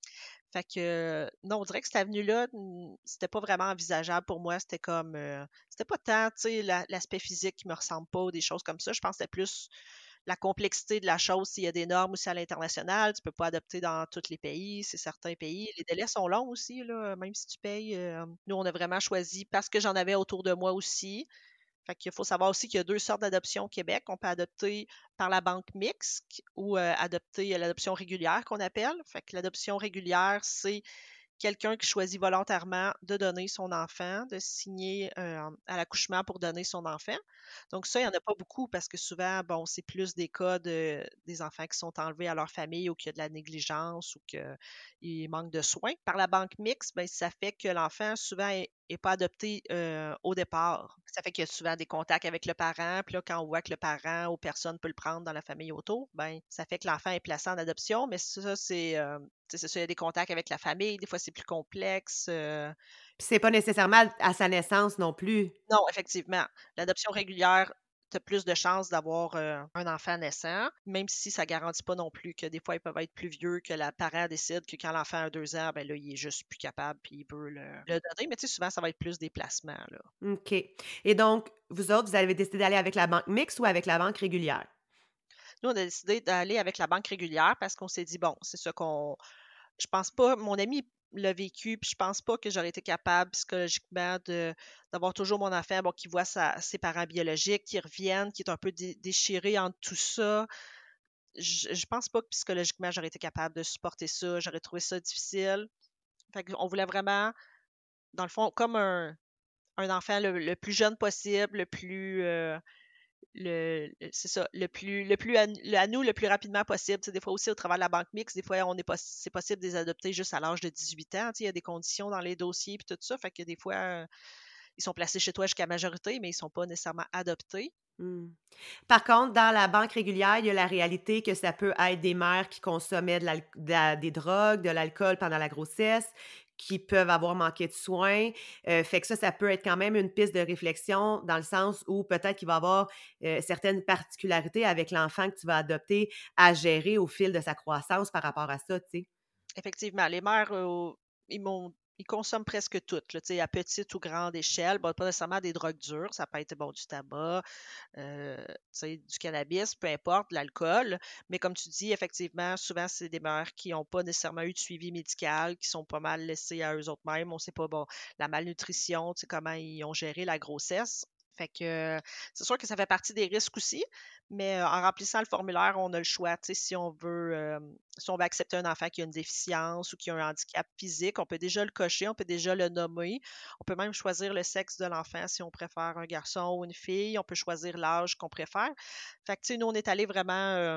[SPEAKER 2] Fait que, non, on dirait que cette avenue-là, n c'était pas vraiment envisageable pour moi. C'était comme, heu, c'était pas tant, tu sais, l'a l'aspect physique qui me ressemble pas ou des choses comme ça. Je pense que c'était plus la complexité de la chose. S'il y a des normes aussi à l'international, tu peux pas adopter dans tous les pays, c'est certains pays. Les délais sont longs aussi, là, même si tu payes. Euh, nous, on a vraiment choisi parce que j'en avais autour de moi aussi. Fait qu'il faut savoir aussi qu'il y a deux sortes d'adoption au Québec. On peut adopter par la banque mixte ou euh, adopter l'adoption régulière qu'on appelle. Fait que l'adoption régulière, c'est quelqu'un qui choisit volontairement de donner son enfant, de signer euh, à l'accouchement pour donner son enfant. Donc ça, il n'y en a pas beaucoup parce que souvent, bon, c'est plus des cas de, des enfants qui sont enlevés à leur famille ou qu'il y a de la négligence ou qu'il manque de soins. Par la banque mixte, ben, ça fait que l'enfant souvent est, est pas adopté euh, au départ. Ça fait qu'il y a souvent des contacts avec le parent. Puis là, quand on voit que le parent ou personne peut le prendre dans la famille autour, ben, ça fait que l'enfant est placé en adoption. Mais ça, c'est euh, c'est ça, il y a des contacts avec la famille, des fois c'est plus complexe. euh.
[SPEAKER 1] Puis c'est pas nécessairement à sa naissance non plus.
[SPEAKER 2] Non, effectivement, l'adoption régulière, tu as plus de chances d'avoir euh, un enfant naissant, même si ça ne garantit pas non plus que des fois ils peuvent être plus vieux, que le parent décide que quand l'enfant a deux ans, ben là, il est juste plus capable puis il veut le, le donner. Mais tu sais, souvent, ça va être plus des placements, là.
[SPEAKER 1] OK. Et donc, vous autres, vous avez décidé d'aller avec la banque mixte ou avec la banque régulière?
[SPEAKER 2] Nous, on a décidé d'aller avec la banque régulière parce qu'on s'est dit, bon, c'est ça qu'on. Je pense pas, mon ami l'a vécu, puis je pense pas que j'aurais été capable psychologiquement de d'avoir toujours mon enfant, bon, qui voit sa- ses parents biologiques, qui reviennent, qui est un peu dé- déchiré entre tout ça. Je, je pense pas que psychologiquement j'aurais été capable de supporter ça. J'aurais trouvé ça difficile. Fait qu'on voulait vraiment, dans le fond, comme un, un enfant le, le plus jeune possible, le plus euh, le, le- c'est ça, le plus, le plus à, le- à nous le plus rapidement possible. Tu sais, des fois aussi au travers de la banque mixte, des fois on est pas, c'est possible de les adopter juste à l'âge de dix-huit ans. Tu sais, il y a des conditions dans les dossiers et tout ça. Fait que des fois, euh, ils sont placés chez toi jusqu'à majorité, mais ils sont pas nécessairement adoptés.
[SPEAKER 1] Mmh. Par contre, dans la banque régulière, il y a la réalité que ça peut être des mères qui consommaient de l'al de la des drogues, de l'alcool pendant la grossesse, qui peuvent avoir manqué de soins. Heu, fait que ça, ça peut être quand même une piste de réflexion dans le sens où peut-être qu'il va y avoir, heu, certaines particularités avec l'enfant que tu vas adopter à gérer au fil de sa croissance par rapport à ça, tu sais?
[SPEAKER 2] Effectivement, les mères, euh, ils m'ont ils consomment presque toutes, là, tu sais, à petite ou grande échelle. Bon, pas nécessairement des drogues dures, ça peut être bon, du tabac, euh, tu sais, du cannabis, peu importe, de l'alcool. Mais comme tu dis, effectivement, souvent, c'est des mères qui n'ont pas nécessairement eu de suivi médical, qui sont pas mal laissées à eux autres mêmes. On ne sait pas, bon, la malnutrition, tu sais, comment ils ont géré la grossesse. Fait que euh, c'est sûr que ça fait partie des risques aussi, mais euh, en remplissant le formulaire, on a le choix. Tu sais, si on veut, euh, si on veut accepter un enfant qui a une déficience ou qui a un handicap physique, on peut déjà le cocher, on peut déjà le nommer. On peut même choisir le sexe de l'enfant si on préfère un garçon ou une fille. On peut choisir l'âge qu'on préfère. Fait que, tu sais, nous, on est allé vraiment. euh,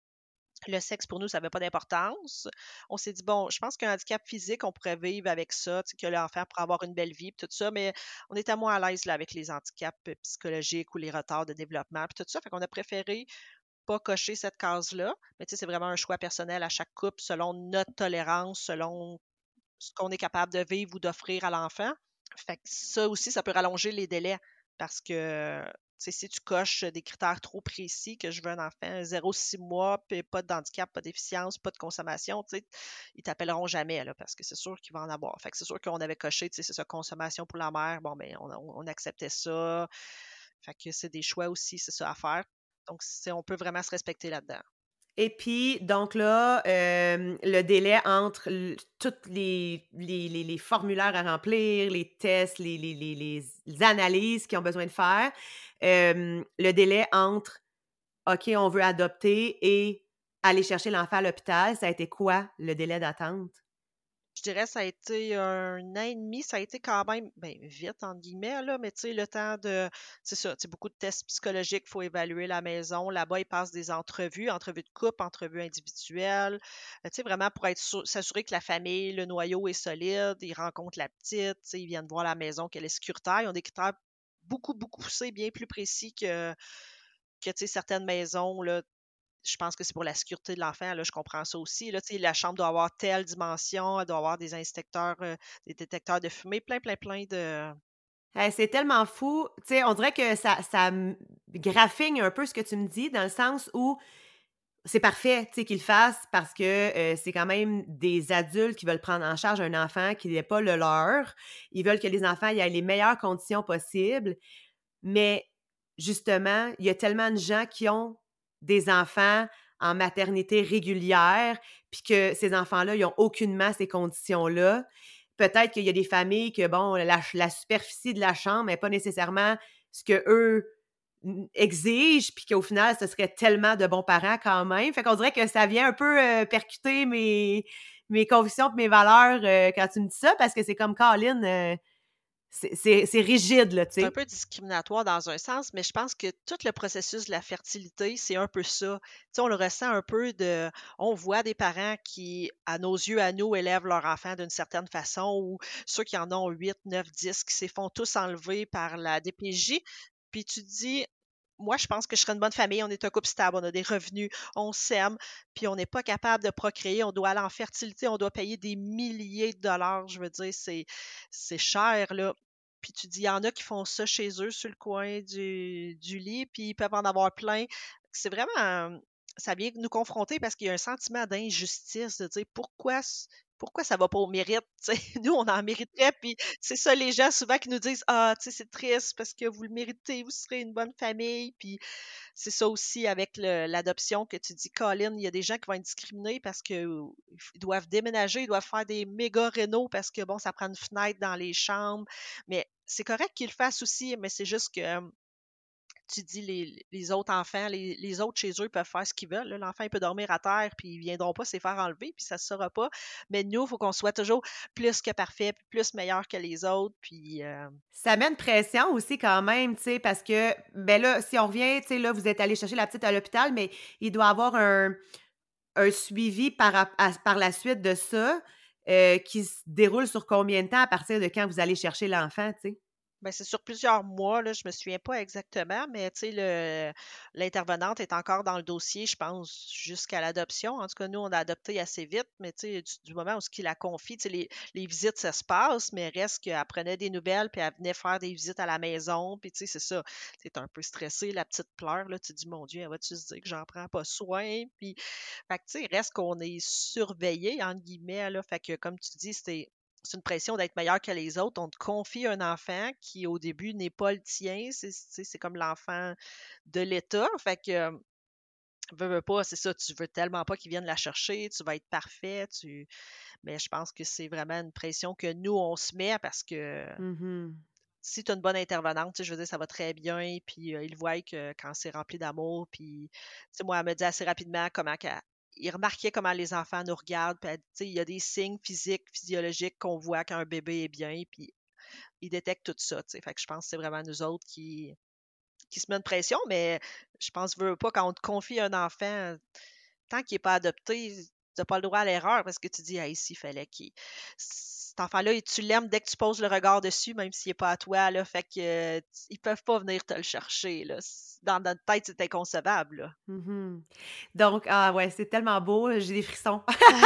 [SPEAKER 2] le sexe, pour nous, ça n'avait pas d'importance. On s'est dit, bon, je pense qu'un handicap physique, on pourrait vivre avec ça, tu sais, que l'enfant pourrait avoir une belle vie, puis tout ça, mais on était moins à l'aise là, avec les handicaps euh, psychologiques ou les retards de développement, puis tout ça. Fait qu'on a préféré pas cocher cette case-là. Mais tu sais, c'est vraiment un choix personnel à chaque couple selon notre tolérance, selon ce qu'on est capable de vivre ou d'offrir à l'enfant. Fait que ça aussi, ça peut rallonger les délais parce que tu sais, si tu coches des critères trop précis, que je veux un enfant zéro six mois, puis pas d'handicap, pas de déficience, pas de consommation, tu sais, ils t'appelleront jamais là, parce que c'est sûr qu'il va en avoir. Fait que c'est sûr qu'on avait coché, tu sais, c'est ça, consommation pour la mère, bon, ben, on, on- on acceptait ça. Fait que c'est des choix aussi, c'est ça à faire. Donc, c'est- on peut vraiment se respecter là-dedans.
[SPEAKER 1] Et puis, donc là, hem, le délai entre l toutes les les les les formulaires à remplir, les tests, les les les les analyses qu'ils ont besoin de faire, hem, le délai entre OK, on veut adopter et aller chercher l'enfant à l'hôpital, ça a été quoi le délai d'attente?
[SPEAKER 2] Je dirais ça a été un an et demi, ça a été quand même, ben, «vite» entre guillemets là, mais tu sais, le temps de c'est ça, tu sais, beaucoup de tests psychologiques, il faut évaluer la maison. Là-bas, ils passent des entrevues, entrevues de couple, entrevues individuelles, heu, tu sais, vraiment pour être sûr s'assurer que la famille, le noyau est solide. Ils rencontrent la petite, tu sais, ils viennent voir la maison, qu'elle est sécuritaire. Ils ont des critères beaucoup, beaucoup poussés, bien plus précis que que, tu sais, certaines maisons, là, je pense que c'est pour la sécurité de l'enfant, là, je comprends ça aussi, là, tu sais, la chambre doit avoir telle dimension, elle doit avoir des inspecteurs, heu, des détecteurs de fumée, plein, plein, plein de
[SPEAKER 1] Hey, c'est tellement fou, tu sais, on dirait que ça ça me graphigne un peu ce que tu me dis dans le sens où c'est parfait, tu sais, qu'ils le fassent parce que, heu, c'est quand même des adultes qui veulent prendre en charge un enfant qui n'est pas le leur. Ils veulent que les enfants y aient les meilleures conditions possibles, mais justement, il y a tellement de gens qui ont des enfants en maternité régulière, puis que ces enfants-là, ils ont aucunement ces conditions-là. Peut-être qu'il y a des familles que, bon, la la superficie de la chambre est pas nécessairement ce qu'eux n exigent, puis qu'au final, ce serait tellement de bons parents quand même. Fait qu'on dirait que ça vient un peu, heu, percuter mes mes convictions et mes valeurs, heu, quand tu me dis ça, parce que c'est comme Caroline, heu, c'est c'est c'est rigide, là, tu
[SPEAKER 2] C'est un
[SPEAKER 1] sais.
[SPEAKER 2] peu discriminatoire dans un sens, mais je pense que tout le processus de la fertilité, c'est un peu ça. Tu sais, on le ressent un peu de on voit des parents qui, à nos yeux, à nous, élèvent leur enfant d'une certaine façon ou ceux qui en ont huit, neuf, dix, qui se font tous enlever par la D P J. Puis tu te dis, moi, je pense que je serais une bonne famille, on est un couple stable, on a des revenus, on s'aime, puis on n'est pas capable de procréer, on doit aller en fertilité, on doit payer des milliers de dollars, je veux dire, c'est c'est cher, là. Puis tu dis, il y en a qui font ça chez eux, sur le coin du, du lit, puis ils peuvent en avoir plein. C'est vraiment, euh, ça vient nous confronter parce qu'il y a un sentiment d'injustice de dire pourquoi, s- pourquoi ça va pas au mérite, tu sais. Nous, on en mériterait, puis c'est ça les gens souvent qui nous disent, ah, tu sais, c'est triste parce que vous le méritez, vous serez une bonne famille, puis c'est ça aussi avec le- l'adoption que tu dis, Colin, il y a des gens qui vont être discriminés parce qu'ils doivent déménager, ils doivent faire des méga rénaux parce que, bon, ça prend une fenêtre dans les chambres. Mais c'est correct qu'ils le fassent aussi, mais c'est juste que euh, tu dis les, les autres enfants, les, les autres chez eux peuvent faire ce qu'ils veulent, là. L'enfant, il peut dormir à terre, puis ils viendront pas se les faire enlever, puis ça ne se saura pas. Mais nous, il faut qu'on soit toujours plus que parfait, puis plus meilleur que les autres, puis euh,
[SPEAKER 1] Ça met une pression aussi quand même, tu sais, parce que, ben là, si on revient, tu sais, là, vous êtes allé chercher la petite à l'hôpital, mais il doit avoir un un suivi par rap à par la suite de ça, heu, qui se déroule sur combien de temps à partir de quand vous allez chercher l'enfant, tu sais?
[SPEAKER 2] ben, c'est sur plusieurs mois, là, je me souviens pas exactement, mais tu sais, le l'intervenante est encore dans le dossier, je pense, jusqu'à l'adoption. En tout cas, nous, on a adopté assez vite, mais tu sais, du, du moment où ce qu'il la confie, tu sais, les, les visites, ça se passe, mais reste qu'elle prenait des nouvelles, puis elle venait faire des visites à la maison, puis tu sais, c'est ça. Tu es un peu stressé, la petite pleure, là, tu te dis, mon Dieu, elle va-tu se dire que j'en prends pas soin? Puis, fait que, tu sais, reste qu'on est surveillé, entre guillemets, là, fait que, comme tu dis, c'était c'est une pression d'être meilleur que les autres. On te confie un enfant qui, au début, n'est pas le tien. C'est, c'est c'est comme l'enfant de l'État. Fait que, euh, veux, veux pas, c'est ça, tu veux tellement pas qu'ils viennent la chercher, tu vas être parfait. Tu... Mais je pense que c'est vraiment une pression que nous, on se met parce que
[SPEAKER 1] Mmh.
[SPEAKER 2] si tu as une bonne intervenante, tu sais, je veux dire, ça va très bien, puis euh, ils voient que quand c'est rempli d'amour, puis, tu sais, moi, elle me dit assez rapidement comment qu'elle- il remarquait comment les enfants nous regardent, puis elle dit, tu sais, il y a des signes physiques, physiologiques qu'on voit quand un bébé est bien, puis ils détectent tout ça, tu sais. Fait que je pense que c'est vraiment nous autres qui, qui se met une pression, mais je pense, veux, veux pas, quand on te confie un enfant, tant qu'il n'est pas adopté, tu n'as pas le droit à l'erreur parce que tu dis, ah, ici, il fallait qu'il. Cet enfant-là, tu l'aimes dès que tu poses le regard dessus, même s'il n'est pas à toi, là. Fait que, euh, t- ils peuvent pas venir te le chercher, là. C- Dans notre tête, c'est inconcevable, là.
[SPEAKER 1] Mmh. Donc ah ouais, c'est tellement beau, j'ai des frissons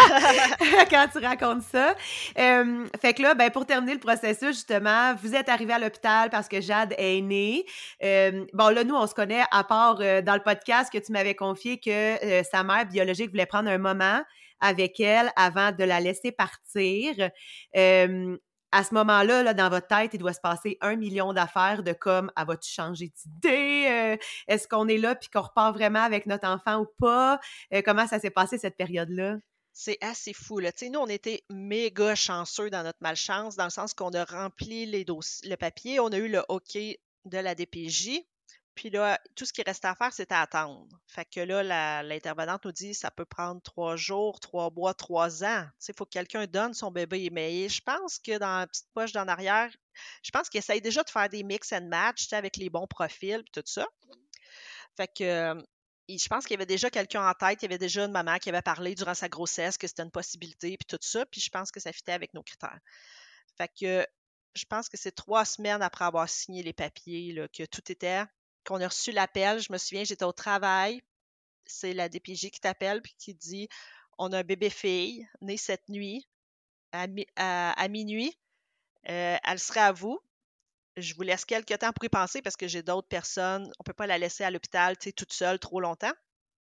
[SPEAKER 1] quand tu racontes ça. Hem, fait que là, ben, pour terminer le processus, justement, vous êtes arrivés à l'hôpital parce que Jade est née. Hem, bon, là, nous, on se connaît à part, heu, dans le podcast que tu m'avais confié que, heu, sa mère biologique voulait prendre un moment avec elle avant de la laisser partir. Hem, à ce moment-là, là, dans votre tête, il doit se passer un million d'affaires de comme: «Ah, vas-tu changer d'idée? Heu, est-ce qu'on est là puis qu'on repart vraiment avec notre enfant ou pas?» Heu, comment ça s'est passé cette période-là?
[SPEAKER 2] C'est assez fou, là. Tu sais, nous, on était méga chanceux dans notre malchance, dans le sens qu'on a rempli les dossiers, le papier, on a eu le OK de la D P J. Puis là, tout ce qui restait à faire, c'était attendre. Fait que là, la- l'intervenante nous dit ça peut prendre trois jours, trois mois, trois ans. Tu sais, il faut que quelqu'un donne son bébé. Mais je pense que dans la petite poche d'en arrière, je pense qu'ils essayent déjà de faire des mix and match, tu sais, avec les bons profils puis tout ça. Fait que euh, et je pense qu'il y avait déjà quelqu'un en tête, il y avait déjà une maman qui avait parlé durant sa grossesse que c'était une possibilité puis tout ça, puis je pense que ça fitait avec nos critères. Fait que je pense que c'est trois semaines après avoir signé les papiers là, que tout était, qu'on a reçu l'appel. Je me souviens, j'étais au travail, c'est la D P J qui t'appelle puis qui dit on a un bébé fille né cette nuit à, mi- à- à minuit. Euh, elle serait à vous. Je vous laisse quelques temps pour y penser parce que j'ai d'autres personnes. On ne peut pas la laisser à l'hôpital, tu sais, toute seule trop longtemps.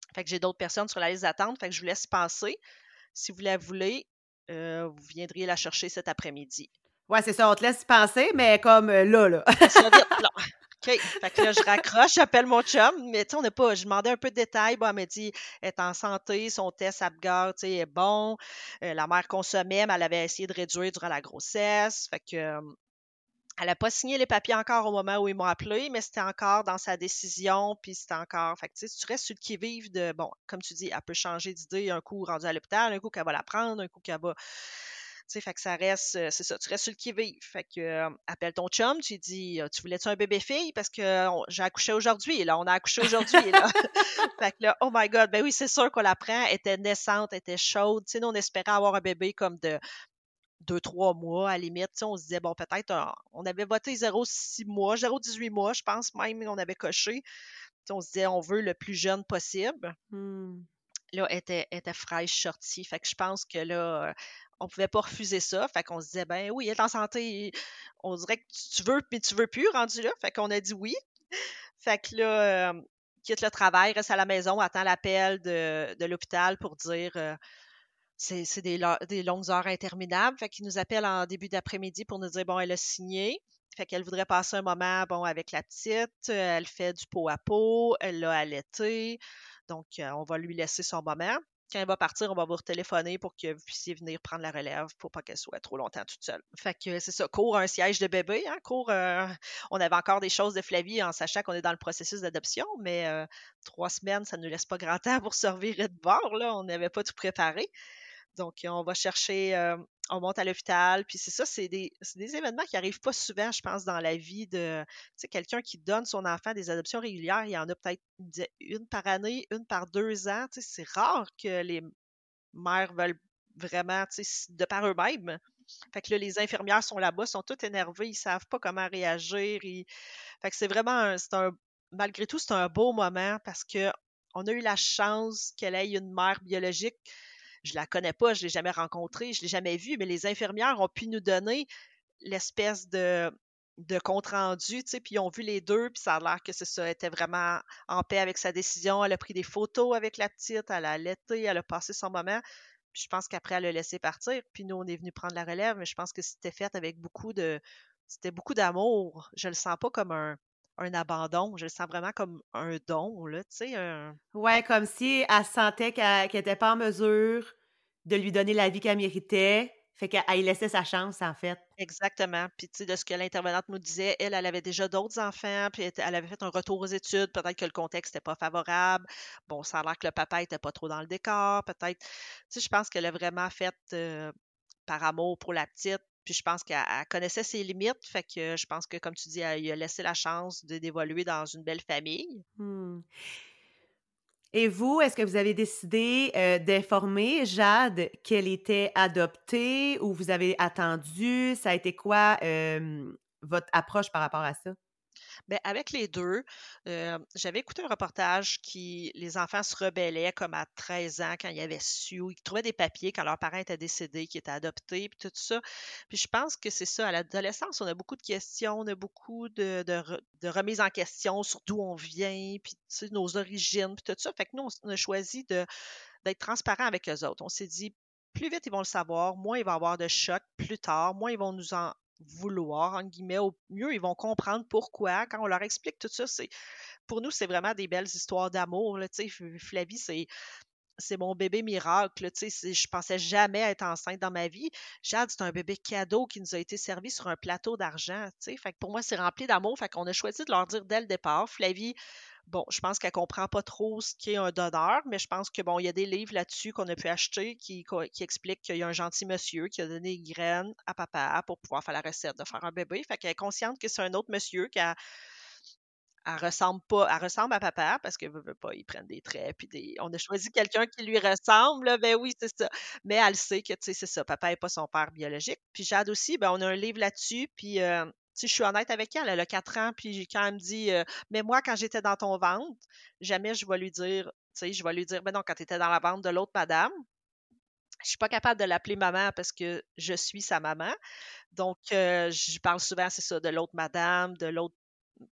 [SPEAKER 2] Fait que j'ai d'autres personnes sur la liste d'attente, fait que je vous laisse passer. Si vous la voulez, euh, vous viendriez la chercher cet après-midi.
[SPEAKER 1] Ouais, c'est ça, on te laisse penser, mais comme euh, là, là.
[SPEAKER 2] Fais ça vite, là. OK. Fait que là, je raccroche, j'appelle mon chum, mais tu sais, on n'a pas. Je demandais un peu de détails. Bon, elle m'a dit, elle est en santé, son test Apgar, tu sais, est bon. Euh, la mère consommait, mais elle avait essayé de réduire durant la grossesse. Fait que, euh, elle n'a pas signé les papiers encore au moment où ils m'ont appelé, mais c'était encore dans sa décision, puis c'était encore. Fait que, tu sais, si tu restes sur le qui-vive de, bon, comme tu dis, elle peut changer d'idée un coup rendue à l'hôpital, un coup qu'elle va la prendre, un coup qu'elle va. Tu sais, fait que ça reste, euh, c'est ça, tu restes sur le qui-vive. Fait que, euh, appelle ton chum, tu lui dis, euh, tu voulais-tu un bébé-fille? Parce que euh, on- j'ai accouché aujourd'hui, là, on a accouché aujourd'hui, là. Fait que là, oh my God, ben oui, c'est sûr qu'on la prend, elle était naissante, elle était chaude. Tu sais, nous, on espérait avoir un bébé comme de deux, trois mois, à la limite. Tu sais, on se disait, bon, peut-être, euh, on avait voté zéro six mois, zéro dix-huit mois, je pense même, on avait coché. Tu sais, on se disait, on veut le plus jeune possible.
[SPEAKER 1] Hmm.
[SPEAKER 2] Là, elle était, elle était fraîche sortie. Fait que je pense que là, euh, on pouvait pas refuser ça. Fait qu'on se disait, ben oui, elle est en santé. On dirait que tu tu veux, mais tu veux plus, rendu là. Fait qu'on a dit oui. Fait que là, euh, quitte le travail, reste à la maison, attend l'appel de, de l'hôpital pour dire, euh, c'est c'est des, lo- des longues heures interminables. Fait qu'ils nous appellent en début d'après-midi pour nous dire, bon, elle a signé. Fait qu'elle voudrait passer un moment, bon, avec la petite. Euh, Elle fait du pot à pot. Elle l'a allaité. Donc, euh, on va lui laisser son moment. Quand elle va partir, on va vous téléphoner pour que vous puissiez venir prendre la relève pour pas qu'elle soit trop longtemps toute seule. Fait que c'est ça, cours un siège de bébé, hein, cours. Euh, on avait encore des choses de Flavie en sachant qu'on est dans le processus d'adoption, mais euh, trois semaines, ça ne nous laisse pas grand temps pour se revirer de bord, là. On n'avait pas tout préparé. Donc, on va chercher, euh, on monte à l'hôpital. Puis c'est ça, c'est des, c'est des événements qui n'arrivent pas souvent, je pense, dans la vie de, tu sais, quelqu'un qui donne son enfant à des adoptions régulières. Il y en a peut-être une, di- une par année, une par deux ans. Tu sais, c'est rare que les mères veulent vraiment, tu sais, s- de par eux-mêmes. Fait que là, les infirmières sont là-bas, sont toutes énervées, ils savent pas comment réagir. ils- Fait que c'est vraiment, un- c'est un, malgré tout, c'est un beau moment parce que on a eu la chance qu'elle ait une mère biologique. Je la connais pas, je l'ai jamais rencontrée, je l'ai jamais vue, mais les infirmières ont pu nous donner l'espèce de, de compte rendu, tu sais, puis ils ont vu les deux, puis ça a l'air que c'est ça, elle était vraiment en paix avec sa décision. Elle a pris des photos avec la petite, elle a allaité, elle a passé son moment. Puis je pense qu'après, elle a laissé partir. Puis nous, on est venu prendre la relève, mais je pense que c'était fait avec beaucoup de. C'était beaucoup d'amour. Je le sens pas comme un, un abandon. Je le sens vraiment comme un don, là, tu sais. un-
[SPEAKER 1] Ouais, comme si elle sentait qu'elle n'était pas en mesure de lui donner la vie qu'elle méritait. Fait qu'elle elle laissait sa chance, en fait.
[SPEAKER 2] Exactement. Puis, tu sais, de ce que l'intervenante nous disait, elle, elle avait déjà d'autres enfants, puis elle, était- elle avait fait un retour aux études. Peut-être que le contexte n'était pas favorable. Bon, ça a l'air que le papa était pas trop dans le décor. Peut-être. Tu sais, je pense qu'elle a vraiment fait euh, par amour pour la petite. Puis je pense qu'elle elle connaissait ses limites. Fait que je pense que, comme tu dis, elle lui a laissé la chance de- d'évoluer dans une belle famille.
[SPEAKER 1] Hmm. Et vous, est-ce que vous avez décidé euh, d'informer Jade qu'elle était adoptée ou vous avez attendu? Ça a été quoi euh, votre approche par rapport à ça?
[SPEAKER 2] Ben, avec les deux, euh, j'avais écouté un reportage qui les enfants se rebellaient comme à treize ans quand ils avaient su, ou ils trouvaient des papiers quand leurs parents étaient décédés, qui étaient adoptés, puis tout ça. Puis je pense que c'est ça, à l'adolescence, on a beaucoup de questions, on a beaucoup de, de, re- de remises en question sur d'où on vient, puis tu sais, nos origines, puis tout ça. Fait que nous, on, on a choisi de, d'être transparent avec eux autres. On s'est dit, plus vite ils vont le savoir, moins il va y avoir de chocs plus tard, moins ils vont nous en vouloir, entre guillemets, au mieux ils vont comprendre pourquoi. Quand on leur explique tout ça, c'est pour nous, c'est vraiment des belles histoires d'amour. Là, tu sais, F- Flavie, c'est, c'est mon bébé miracle. Là, tu sais, c'est- je pensais jamais être enceinte dans ma vie. Jade, c'est un bébé cadeau qui nous a été servi sur un plateau d'argent. Tu sais. Fait que pour moi, c'est rempli d'amour. Fait qu'on a choisi de leur dire dès le départ, Flavie, bon, je pense qu'elle comprend pas trop ce qu'est un donneur, mais je pense que bon, il y a des livres là-dessus qu'on a pu acheter qui, co- qui expliquent qu'il y a un gentil monsieur qui a donné des graines à papa pour pouvoir faire la recette de faire un bébé. Fait qu'elle est consciente que c'est un autre monsieur qui a, elle ressemble pas, elle ressemble à papa parce que veut, veut pas, ils prennent des traits puis des. On a choisi quelqu'un qui lui ressemble, là, ben oui, c'est ça. Mais elle sait que tu sais, c'est ça, papa est pas son père biologique. Puis Jade aussi, ben on a un livre là-dessus, puis euh, tu sais, je suis honnête avec elle, elle a quatre ans, puis quand elle me dit euh, mais moi, quand j'étais dans ton ventre, jamais je vais lui dire, tu sais, je vais lui dire, ben non, quand tu étais dans la ventre de l'autre madame, je suis pas capable de l'appeler maman parce que je suis sa maman. Donc, euh, je parle souvent, c'est ça, de l'autre madame, de l'autre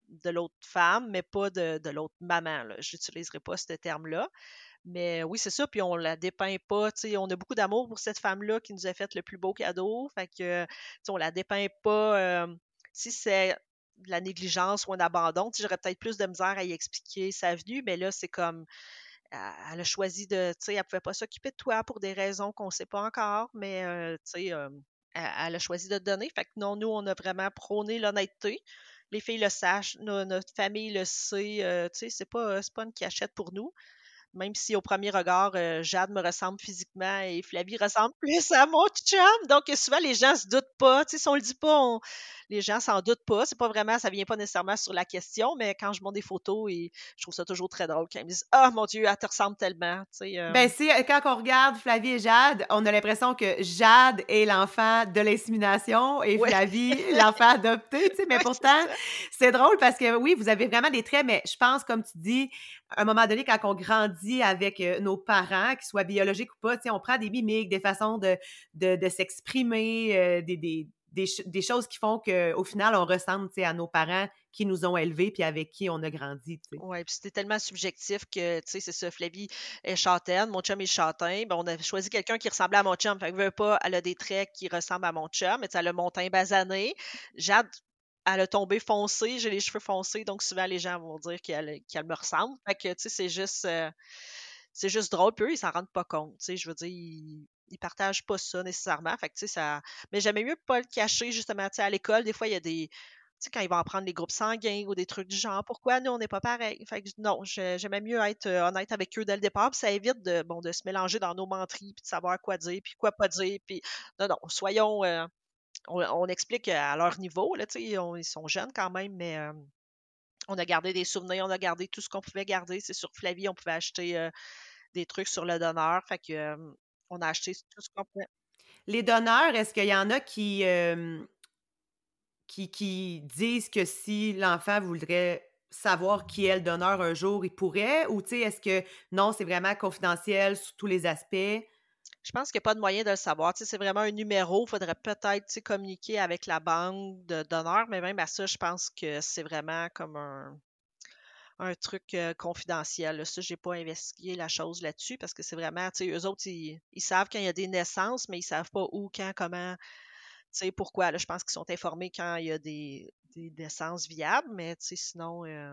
[SPEAKER 2] de l'autre femme, mais pas de, de l'autre maman, là. Je n'utiliserai pas ce terme-là. Mais oui, c'est ça, puis on la dépeint pas, tu sais, on a beaucoup d'amour pour cette femme-là qui nous a fait le plus beau cadeau, fait que, tu sais, on la dépeint pas, euh, si c'est de la négligence ou un abandon, tu sais, j'aurais peut-être plus de misère à y expliquer sa venue, mais là, c'est comme, elle elle a choisi de, tu sais, elle pouvait pas s'occuper de toi pour des raisons qu'on sait pas encore, mais, euh, tu sais, euh, elle, elle a choisi de te donner, fait que non, nous, on a vraiment prôné l'honnêteté. Les filles le sachent, no- notre famille le sait, euh, tu sais, c'est pas, c'est pas une cachette pour nous. Même si au premier regard, euh, Jade me ressemble physiquement et Flavie ressemble plus à mon chum. Donc, euh, souvent, les gens se doutent pas. Tu sais, si on le dit pas, on- les gens s'en doutent pas. C'est pas vraiment, ça vient pas nécessairement sur la question, mais quand je montre des photos, et je trouve ça toujours très drôle quand ils me disent ah mon Dieu, elle te ressemble tellement. Tu sais, euh,
[SPEAKER 1] Ben, c'est quand on regarde Flavie et Jade, on a l'impression que Jade est l'enfant de l'insémination et
[SPEAKER 2] ouais,
[SPEAKER 1] Flavie, l'enfant adopté, tu sais, mais
[SPEAKER 2] ouais, c'est
[SPEAKER 1] pourtant,
[SPEAKER 2] ça.
[SPEAKER 1] c'est drôle parce que oui, vous avez vraiment des traits, mais je pense, comme tu dis, à un moment donné, quand on grandit avec euh, nos parents, qu'ils soient biologiques ou pas, tu sais, on prend des mimiques, des façons de, de, de s'exprimer, euh, des, des, des, ch- des choses qui font qu'au final, on ressemble, tu sais, à nos parents qui nous ont élevés puis avec qui on a grandi, tu sais.
[SPEAKER 2] Ouais, puis c'était tellement subjectif que, tu sais, c'est ça, Flavie est châtaine, mon chum est châtain. Ben, on a choisi quelqu'un qui ressemblait à mon chum. Fait que veut pas, elle a des traits qui ressemblent à mon chum, mais tu sais, elle a mon teint basané. Jade, elle a tombé foncé, j'ai les cheveux foncés, donc souvent les gens vont dire qu'elle qu'elle me ressemble. Fait que, tu sais, c'est juste, euh, c'est juste drôle. Puis eux, ils s'en rendent pas compte, tu sais, je veux dire, ils, ils partagent pas ça nécessairement. Fait que, tu sais, ça. Mais j'aimais mieux pas le cacher, justement, tu sais, à l'école, des fois, il y a des tu sais, quand ils vont en prendre les groupes sanguins ou des trucs du genre, pourquoi nous, on n'est pas pareil? Fait que non, je- j'aimais mieux être euh, honnête avec eux dès le départ, puis ça évite de, bon, de se mélanger dans nos menteries, puis de savoir quoi dire, puis quoi pas dire, puis non, non, soyons, euh, on, on explique à leur niveau, là, tu sais, on- ils sont jeunes quand même, mais euh, on a gardé des souvenirs, on a gardé tout ce qu'on pouvait garder. C'est sur Flavie, on pouvait acheter euh, des trucs sur le donneur, fait que euh, on a acheté tout ce qu'on pouvait.
[SPEAKER 1] Les donneurs, est-ce qu'il y en a qui, euh, qui, qui disent que si l'enfant voudrait savoir qui est le donneur un jour, il pourrait? Ou tu sais, est-ce que non, c'est vraiment confidentiel sur tous les aspects?
[SPEAKER 2] Je pense qu'il n'y a pas de moyen de le savoir. Tu sais, c'est vraiment un numéro. Il faudrait peut-être tu sais, communiquer avec la banque de donneurs, mais même à ça, je pense que c'est vraiment comme un, un truc euh, confidentiel. Là. Ça, je n'ai pas investigué la chose là-dessus parce que c'est vraiment, tu sais, eux autres, ils, ils savent quand il y a des naissances, mais ils ne savent pas où, quand, comment, tu sais, pourquoi. Là, je pense qu'ils sont informés quand il y a des, des naissances viables, mais tu sais, sinon, euh,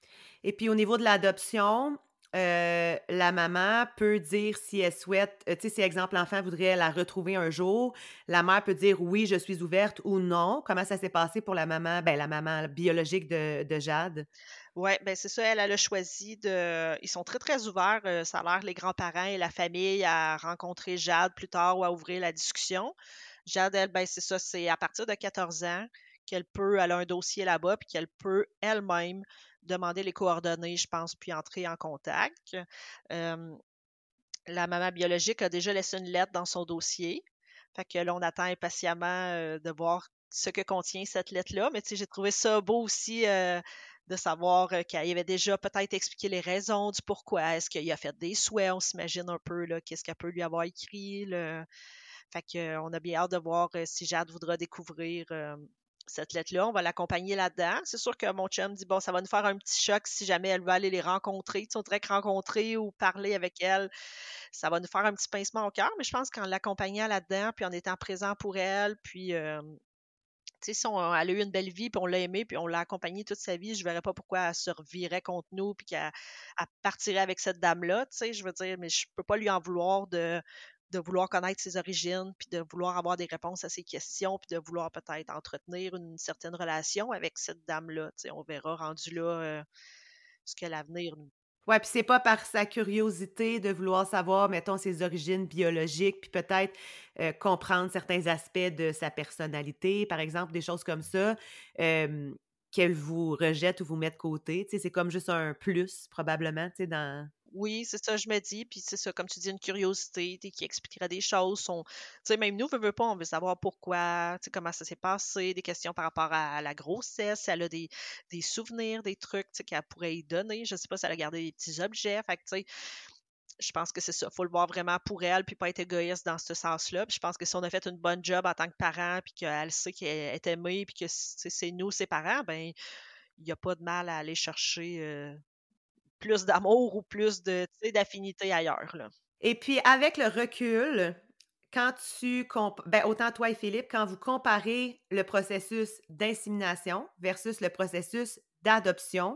[SPEAKER 1] Et puis au niveau de l'adoption, euh, la maman peut dire si elle souhaite, euh, tu sais, si exemple l'enfant voudrait la retrouver un jour, la mère peut dire oui, je suis ouverte ou non. Comment ça s'est passé pour la maman, ben la maman biologique de, de Jade?
[SPEAKER 2] ouais, ben c'est ça, elle, elle a choisi de. Ils sont très, très ouverts, euh, ça a l'air, les grands-parents et la famille, à rencontrer Jade plus tard ou à ouvrir la discussion. Jade, elle, ben c'est ça, c'est à partir de quatorze ans qu'elle peut, elle a un dossier là-bas, puis qu'elle peut elle-même demander les coordonnées, je pense, puis entrer en contact. Euh, la maman biologique a déjà laissé une lettre dans son dossier. Fait que là, on attend impatiemment euh, de voir ce que contient cette lettre-là. Mais tu sais, j'ai trouvé ça beau aussi euh, de savoir euh, qu'elle avait déjà peut-être expliqué les raisons du pourquoi. Est-ce qu'il a fait des souhaits? On s'imagine un peu là, qu'est-ce qu'elle peut lui avoir écrit. Là. Fait que, euh, on a bien hâte de voir euh, si Jade voudra découvrir euh, cette lettre-là. On va l'accompagner là-dedans. C'est sûr que mon chum dit, bon, ça va nous faire un petit choc si jamais elle va aller les rencontrer. Tu sais, on dirait que rencontrer ou parler avec elle, ça va nous faire un petit pincement au cœur, mais je pense qu'en l'accompagnant là-dedans, puis en étant présent pour elle, puis, euh, tu sais, si on, elle a eu une belle vie, puis on l'a aimée, puis on l'a accompagnée toute sa vie, je ne verrais pas pourquoi elle se revirait contre nous, puis qu'elle elle partirait avec cette dame-là, tu sais, je veux dire, mais je ne peux pas lui en vouloir de, de vouloir connaître ses origines, puis de vouloir avoir des réponses à ses questions, puis de vouloir peut-être entretenir une certaine relation avec cette dame-là, tu sais, on verra rendu là euh, ce que l'avenir nous.
[SPEAKER 1] Ouais, puis c'est pas par sa curiosité de vouloir savoir, mettons, ses origines biologiques, puis peut-être euh, comprendre certains aspects de sa personnalité, par exemple, des choses comme ça, euh, qu'elle vous rejette ou vous met de côté. Tu sais, c'est comme juste un plus, probablement, tu sais, dans...
[SPEAKER 2] Oui, c'est ça, je me dis. Puis c'est ça, comme tu dis, une curiosité, tu sais, qui expliquerait des choses. Son... Tu sais, même nous, veut, veut pas, on veut savoir pourquoi, tu sais, comment ça s'est passé, des questions par rapport à la grossesse, si elle a des, des souvenirs, des trucs, tu sais, qu'elle pourrait y donner. Je sais pas si elle a gardé des petits objets. Fait que, tu sais, je pense que c'est ça. Faut le voir vraiment pour elle, puis pas être égoïste dans ce sens-là. Puis je pense que si on a fait une bonne job en tant que parent, puis qu'elle sait qu'elle est aimée, puis que c'est c'est nous, ses parents, ben il n'y a pas de mal à aller chercher euh, plus d'amour ou plus de, tu sais, d'affinité ailleurs, là.
[SPEAKER 1] Et puis, avec le recul, quand tu comp ben, autant toi et Philippe, quand vous comparez le processus d'insémination versus le processus d'adoption,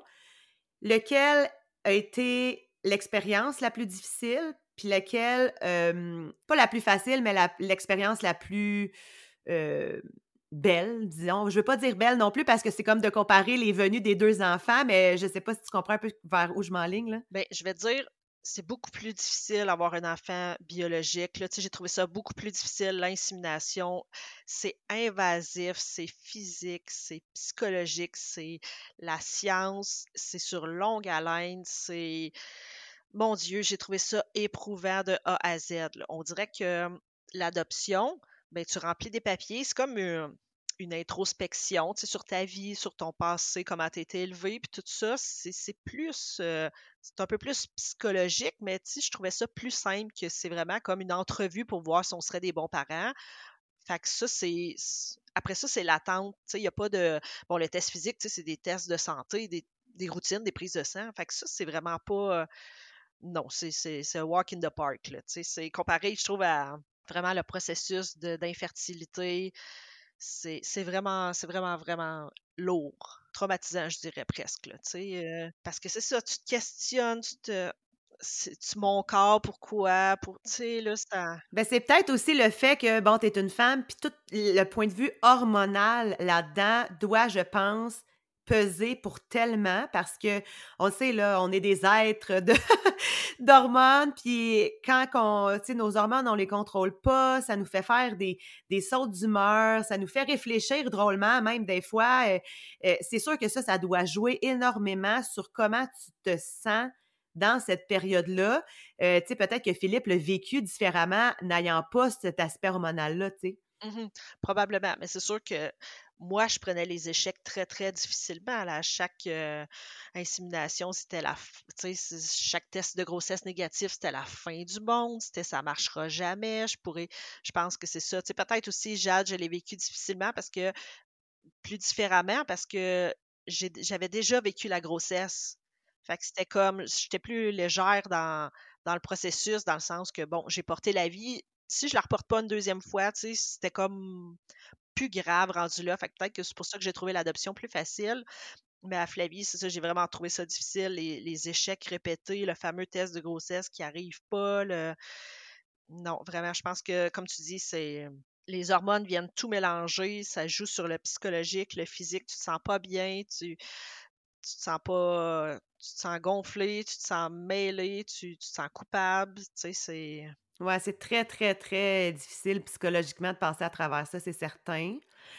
[SPEAKER 1] lequel a été l'expérience la plus difficile, puis laquelle, hem, pas la plus facile, mais la l'expérience la plus, heu, belle, disons? Je veux pas dire belle non plus parce que c'est comme de comparer les venues des deux enfants, mais je sais pas si tu comprends un peu vers où je m'enligne, là?
[SPEAKER 2] Ben, je vais te dire, c'est beaucoup plus difficile d'avoir un enfant biologique, là. Tu sais, j'ai trouvé ça beaucoup plus difficile, l'insémination. C'est invasif, c'est physique, c'est psychologique, c'est la science, c'est sur longue haleine, c'est mon Dieu, j'ai trouvé ça éprouvant de A à Z, là. On dirait que hum, l'adoption, ben, tu remplis des papiers, c'est comme une, une introspection, tu sais, sur ta vie, sur ton passé, comment tu as été élevé, puis tout ça, c'est c'est plus, euh, c'est un peu plus psychologique, mais tu sais, je trouvais ça plus simple que c'est vraiment comme une entrevue pour voir si on serait des bons parents. Fait que ça, c'est. c'est- Après ça, c'est l'attente. Tu sais, il n'y a pas de. Bon, le test physique, tu sais, c'est des tests de santé, des, des routines, des prises de sang. Fait que ça, c'est vraiment pas. euh, non, c'est c'est- c'est un walk in the park, là. Tu sais, c'est comparé, je trouve, à vraiment le processus de- d'infertilité. C'est c'est vraiment, c'est vraiment, vraiment lourd. Traumatisant, je dirais presque, là, tu sais, euh, parce que c'est ça, tu te questionnes, tu te. c'est- Tu mon corps, pourquoi? Pour, tu sais, là, ça.
[SPEAKER 1] Ben, c'est peut-être aussi le fait que, bon, tu es une femme, puis tout le point de vue hormonal là-dedans doit, je pense, peser pour tellement parce que on le sait, là, on est des êtres de d'hormones, puis quand on, tu sais, nos hormones, on les contrôle pas, ça nous fait faire des, des sautes d'humeur, ça nous fait réfléchir drôlement, même des fois. Euh, euh, c'est sûr que ça, ça doit jouer énormément sur comment tu te sens dans cette période-là. Euh, tu sais, peut-être que Philippe l'a vécu différemment, n'ayant pas cet aspect hormonal-là, tu sais.
[SPEAKER 2] Mhm. Probablement, mais c'est sûr que moi, je prenais les échecs très, très difficilement. Là. À chaque euh, insémination, c'était la, f- tu sais, c'est- chaque test de grossesse négatif, c'était la fin du monde. C'était ça marchera jamais. Je pourrais, je pense que c'est ça. Tu sais, peut-être aussi, Jade, je l'ai vécu difficilement parce que plus différemment parce que j'ai- j'avais déjà vécu la grossesse. Fait que c'était comme, j'étais plus légère dans, dans le processus, dans le sens que, bon, j'ai porté la vie. Si je la reporte pas une deuxième fois, tu sais, c'était comme plus grave rendu là. Fait que peut-être que c'est pour ça que j'ai trouvé l'adoption plus facile. Mais à Flavie, c'est ça, j'ai vraiment trouvé ça difficile. Les, les échecs répétés, le fameux test de grossesse qui arrive pas. Le... Non, vraiment, je pense que, comme tu dis, c'est. Les hormones viennent tout mélanger, ça joue sur le psychologique, le physique, tu te sens pas bien, tu, tu te sens pas, tu te sens gonflé, tu te sens mêlé, tu, tu te sens coupable, tu sais, c'est.
[SPEAKER 1] Ouais, c'est très, très, très difficile psychologiquement de passer à travers ça, c'est certain.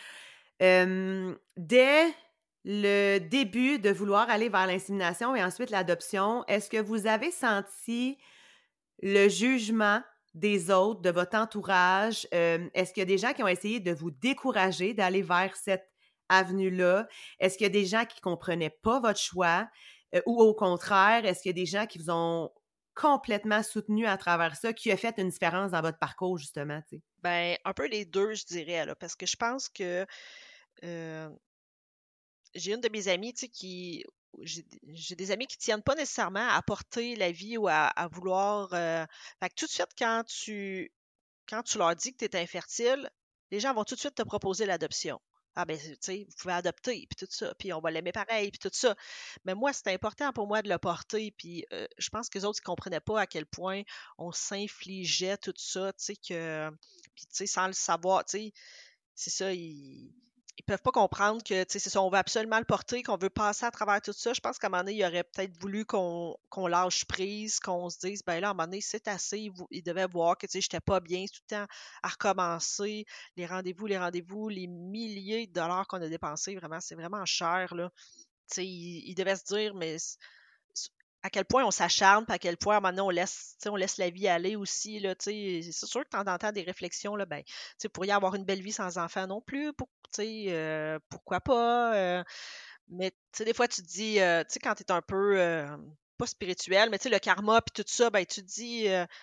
[SPEAKER 1] Euh, dès le début de vouloir aller vers l'insémination et ensuite l'adoption, est-ce que vous avez senti le jugement des autres, de votre entourage? Euh, est-ce qu'il y a des gens qui ont essayé de vous décourager d'aller vers cette avenue-là? Est-ce qu'il y a des gens qui ne comprenaient pas votre choix? Euh, ou au contraire, est-ce qu'il y a des gens qui vous ont complètement soutenu à travers ça, qui a fait une différence dans votre parcours, justement, tu sais?
[SPEAKER 2] Ben, un peu les deux, je dirais, là, parce que je pense que euh, j'ai une de mes amies, tu sais, qui. J'ai j'ai des amis qui tiennent pas nécessairement à porter la vie ou à, à vouloir. euh, Fait que tout de suite, quand tu, quand tu leur dis que tu es infertile, les gens vont tout de suite te proposer l'adoption. Ah ben, tu sais, vous pouvez adopter, puis tout ça, puis on va l'aimer pareil, puis tout ça. Mais moi, c'était important pour moi de le porter, puis euh, je pense que les autres ne comprenaient pas à quel point on s'infligeait tout ça, tu sais, que, puis tu sais, sans le savoir, tu sais, c'est ça, ils, ils peuvent pas comprendre que, tu sais, c'est ça, on veut absolument le porter, qu'on veut passer à travers tout ça. Je pense qu'à un moment donné, il aurait peut-être voulu qu'on qu'on lâche prise, qu'on se dise, ben là, à un moment donné, c'est assez. Il, vou- il devait voir que, tu sais, j'étais pas bien, tout le temps à recommencer, les rendez-vous, les rendez-vous, les milliers de dollars qu'on a dépensés, vraiment, c'est vraiment cher, là. Tu sais, il, il devait se dire, mais à quel point on s'acharne, puis à quel point, maintenant, on laisse, tu sais, on laisse la vie aller aussi, là, tu sais. C'est sûr que de temps en temps, des réflexions, là, ben, tu sais, pourriez avoir une belle vie sans enfant non plus, pour, tu sais, euh, pourquoi pas, euh, mais, tu sais, des fois, tu te dis, euh, tu sais, quand tu es un peu, euh, pas spirituel, mais tu sais, le karma, puis tout ça, ben, tu te dis, euh,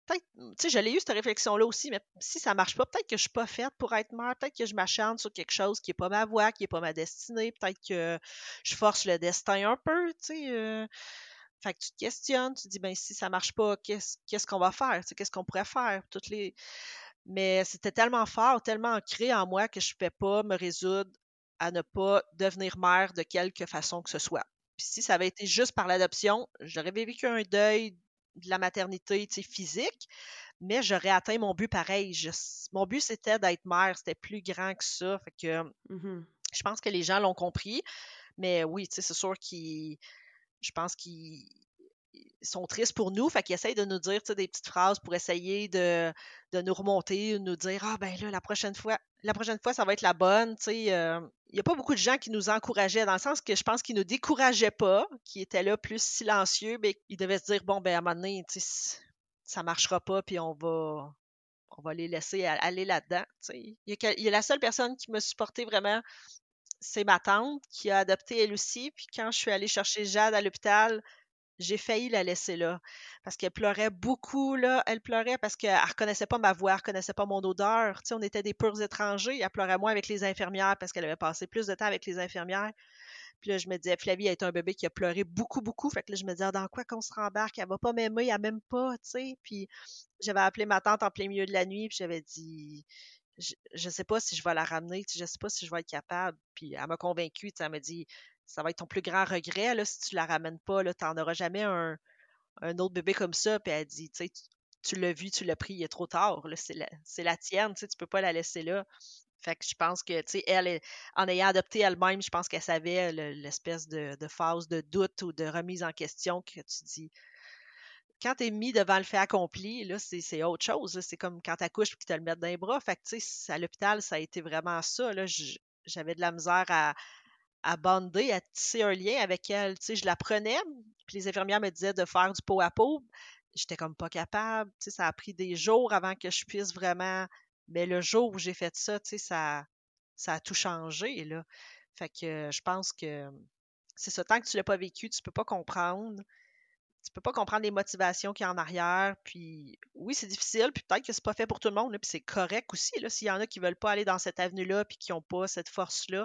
[SPEAKER 2] peut-être, tu sais, je l'ai eu cette réflexion-là aussi, mais si ça marche pas, peut-être que je suis pas faite pour être mère, peut-être que je m'acharne sur quelque chose qui est pas ma voie, qui est pas ma destinée, peut-être que je force le destin un peu, tu sais. euh. Fait que tu te questionnes, tu te dis, ben si ça marche pas, qu'est-ce qu'est-ce qu'on va faire? Tu sais, qu'est-ce qu'on pourrait faire? Toutes les... Mais c'était tellement fort, tellement ancré en moi que je ne pouvais pas me résoudre à ne pas devenir mère de quelque façon que ce soit. Puis si ça avait été juste par l'adoption, j'aurais vécu un deuil de la maternité, tu sais, physique, mais j'aurais atteint mon but pareil. Je- mon but, c'était d'être mère, c'était plus grand que ça. Fait que
[SPEAKER 1] Mhm.
[SPEAKER 2] je pense que les gens l'ont compris. Mais oui, tu sais, c'est sûr qu'ils, je pense qu'ils ils sont tristes pour nous, fait qu'ils essayent de nous dire, tu sais, des petites phrases pour essayer de, de nous remonter, nous dire, ah ben là, la prochaine fois, la prochaine fois, ça va être la bonne, tu sais. euh, Il n'y a pas beaucoup de gens qui nous encourageaient, dans le sens que je pense qu'ils ne nous décourageaient pas, qui étaient là plus silencieux, mais ils devaient se dire, bon, ben à un moment donné, tu sais, ça marchera pas, puis on va, on va les laisser a- aller là-dedans, tu sais. Il y a, que- il y a la seule personne qui m'a supporté vraiment, c'est ma tante, qui a adopté elle aussi, puis quand je suis allée chercher Jade à l'hôpital, j'ai failli la laisser là, parce qu'elle pleurait beaucoup, là. Elle pleurait parce qu'elle ne reconnaissait pas ma voix, elle ne reconnaissait pas mon odeur. Tu sais, on était des purs étrangers. Elle pleurait moins avec les infirmières parce qu'elle avait passé plus de temps avec les infirmières. Puis là, je me disais, Flavie a été un bébé qui a pleuré beaucoup, beaucoup. Fait que là, je me disais, ah, dans quoi qu'on se rembarque? Elle va pas m'aimer, elle m'aime pas, tu sais. Puis j'avais appelé ma tante en plein milieu de la nuit, puis j'avais dit, je, je sais pas si je vais la ramener, tu sais, je sais pas si je vais être capable. Puis elle m'a convaincue, tu sais, elle m'a dit, ça va être ton plus grand regret, là, si tu la ramènes pas, là, t'en auras jamais un, un autre bébé comme ça. Puis elle dit, tu sais, tu, tu l'as vu, tu l'as pris, il est trop tard, là, c'est la, c'est la tienne, tu sais, tu peux pas la laisser là. Fait que je pense que, tu sais, elle, elle- en ayant adopté elle-même, je pense qu'elle savait le- l'espèce de, de phase de doute ou de remise en question que tu dis. Quand tu es mis devant le fait accompli, là, c'est c'est autre chose, là. C'est comme quand tu accouches et qu'ils te le mettent dans les bras. Fait que, tu sais, à l'hôpital, ça a été vraiment ça, là. J- J'avais de la misère à, à bonder, à tisser un lien avec elle. Tu sais, je la prenais, puis les infirmières me disaient de faire du pot à pot. J'étais comme pas capable. Tu sais, ça a pris des jours avant que je puisse vraiment. Mais le jour où j'ai fait ça, tu sais, ça, ça a tout changé, là. Fait que euh, je pense que c'est ça. Tant que tu l'as pas vécu, tu peux pas comprendre. Tu peux pas comprendre les motivations qu'il y a en arrière. Puis oui, c'est difficile, puis peut-être que c'est pas fait pour tout le monde, là, puis c'est correct aussi, là, s'il y en a qui veulent pas aller dans cette avenue-là, puis qui ont pas cette force-là.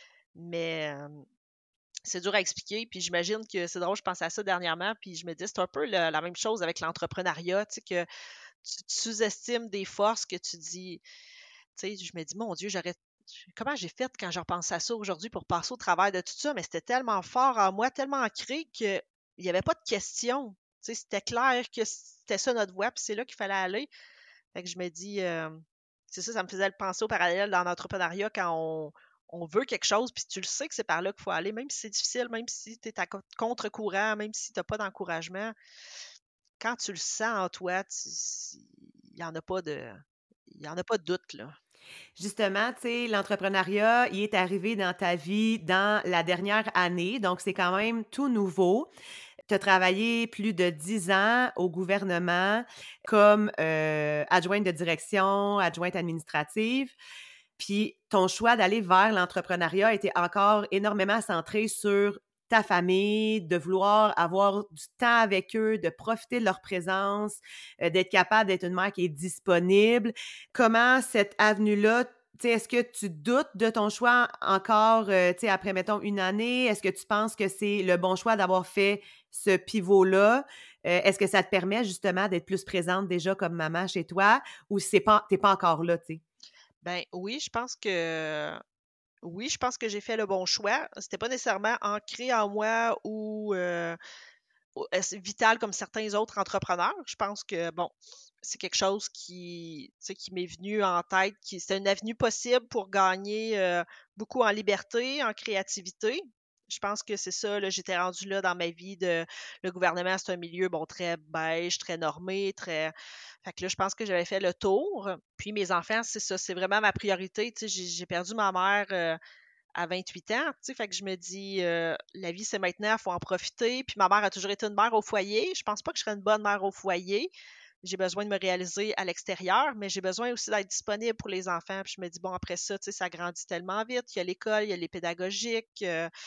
[SPEAKER 2] Mais euh, c'est dur à expliquer. Puis j'imagine que c'est drôle, je pensais à ça dernièrement, puis je me dis, c'est un peu le- la même chose avec l'entrepreneuriat, tu sais, que tu, tu sous-estimes des forces que tu dis, tu sais, je me dis, mon Dieu, j'aurais. Comment j'ai fait quand je repense à ça aujourd'hui pour passer au travers de tout ça, mais c'était tellement fort en moi, tellement ancré qu'il n'y avait pas de question. Tu sais, c'était clair que c'était ça notre voie, puis c'est là qu'il fallait aller. Fait que je me dis, euh, c'est ça, ça me faisait le penser au parallèle dans l'entrepreneuriat quand on, on veut quelque chose, puis tu le sais que c'est par là qu'il faut aller, même si c'est difficile, même si tu es à co- contre-courant, même si tu n'as pas d'encouragement. Quand tu le sens en toi, tu- il n'y en a pas de, il y en a pas de doute, là.
[SPEAKER 1] Justement, tu sais, l'entrepreneuriat, il est arrivé dans ta vie dans la dernière année, donc c'est quand même tout nouveau. Tu as travaillé plus de dix ans au gouvernement comme euh, adjointe de direction, adjointe administrative. Puis ton choix d'aller vers l'entrepreneuriat était encore énormément centré sur ta famille, de vouloir avoir du temps avec eux, de profiter de leur présence, euh, d'être capable d'être une mère qui est disponible. Comment cette avenue-là, tu sais, est-ce que tu doutes de ton choix encore, euh, tu sais, après, mettons, une année? Est-ce que tu penses que c'est le bon choix d'avoir fait ce pivot-là? Euh, est-ce que ça te permet justement d'être plus présente déjà comme maman chez toi ou c'est pas, t'es pas encore là, tu sais?
[SPEAKER 2] Ben oui, je pense que oui, je pense que j'ai fait le bon choix. C'était pas nécessairement ancré en moi ou euh, ou- euh, c'est vital comme certains autres entrepreneurs. Je pense que bon, c'est quelque chose qui, tu sais, qui m'est venu en tête, qui c'est une avenue possible pour gagner euh, beaucoup en liberté, en créativité. Je pense que c'est ça, là, j'étais rendue là dans ma vie de le gouvernement, c'est un milieu bon très beige, très normé, très. Fait que là, je pense que j'avais fait le tour. Puis mes enfants, c'est ça, c'est vraiment ma priorité. Tu sais, j'ai j'ai perdu ma mère euh, à vingt-huit ans, tu sais, fait que je me dis, euh, la vie, c'est maintenant, il faut en profiter. Puis ma mère a toujours été une mère au foyer. Je pense pas que je serais une bonne mère au foyer. J'ai besoin de me réaliser à l'extérieur, mais j'ai besoin aussi d'être disponible pour les enfants. Puis je me dis, bon, après ça, tu sais, ça grandit tellement vite. Il y a l'école, il y a les pédagogiques. euh,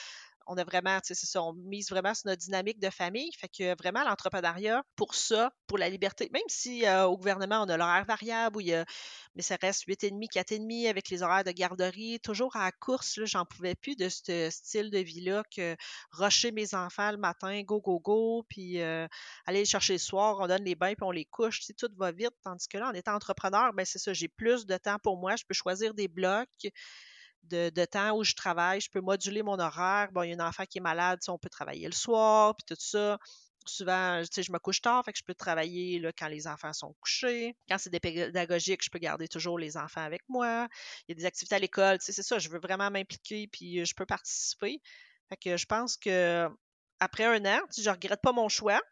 [SPEAKER 2] on a vraiment, tu sais, c'est ça, on mise vraiment sur notre dynamique de famille. Fait que vraiment, l'entrepreneuriat, pour ça, pour la liberté, même si euh, au gouvernement, on a l'horaire variable, où il y a, mais ça reste huit et demi, quatre et demi avec les horaires de garderie, toujours à la course, là, j'en pouvais plus de ce style de vie-là que rusher mes enfants le matin, go, go, go, puis euh, aller les chercher le soir, on donne les bains, puis on les couche, tu sais, tout va vite. Tandis que là, en étant entrepreneur, ben c'est ça, j'ai plus de temps pour moi, je peux choisir des blocs de, de temps où je travaille, je peux moduler mon horaire. Bon, il y a un enfant qui est malade, tu sais, on peut travailler le soir, puis tout ça. Souvent, tu sais, je me couche tard, fait que je peux travailler là, quand les enfants sont couchés. Quand c'est des pédagogiques, je peux garder toujours les enfants avec moi. Il y a des activités à l'école, tu sais, c'est ça, je veux vraiment m'impliquer, puis je peux participer. Fait que je pense que après un an, tu sais, je regrette pas mon choix.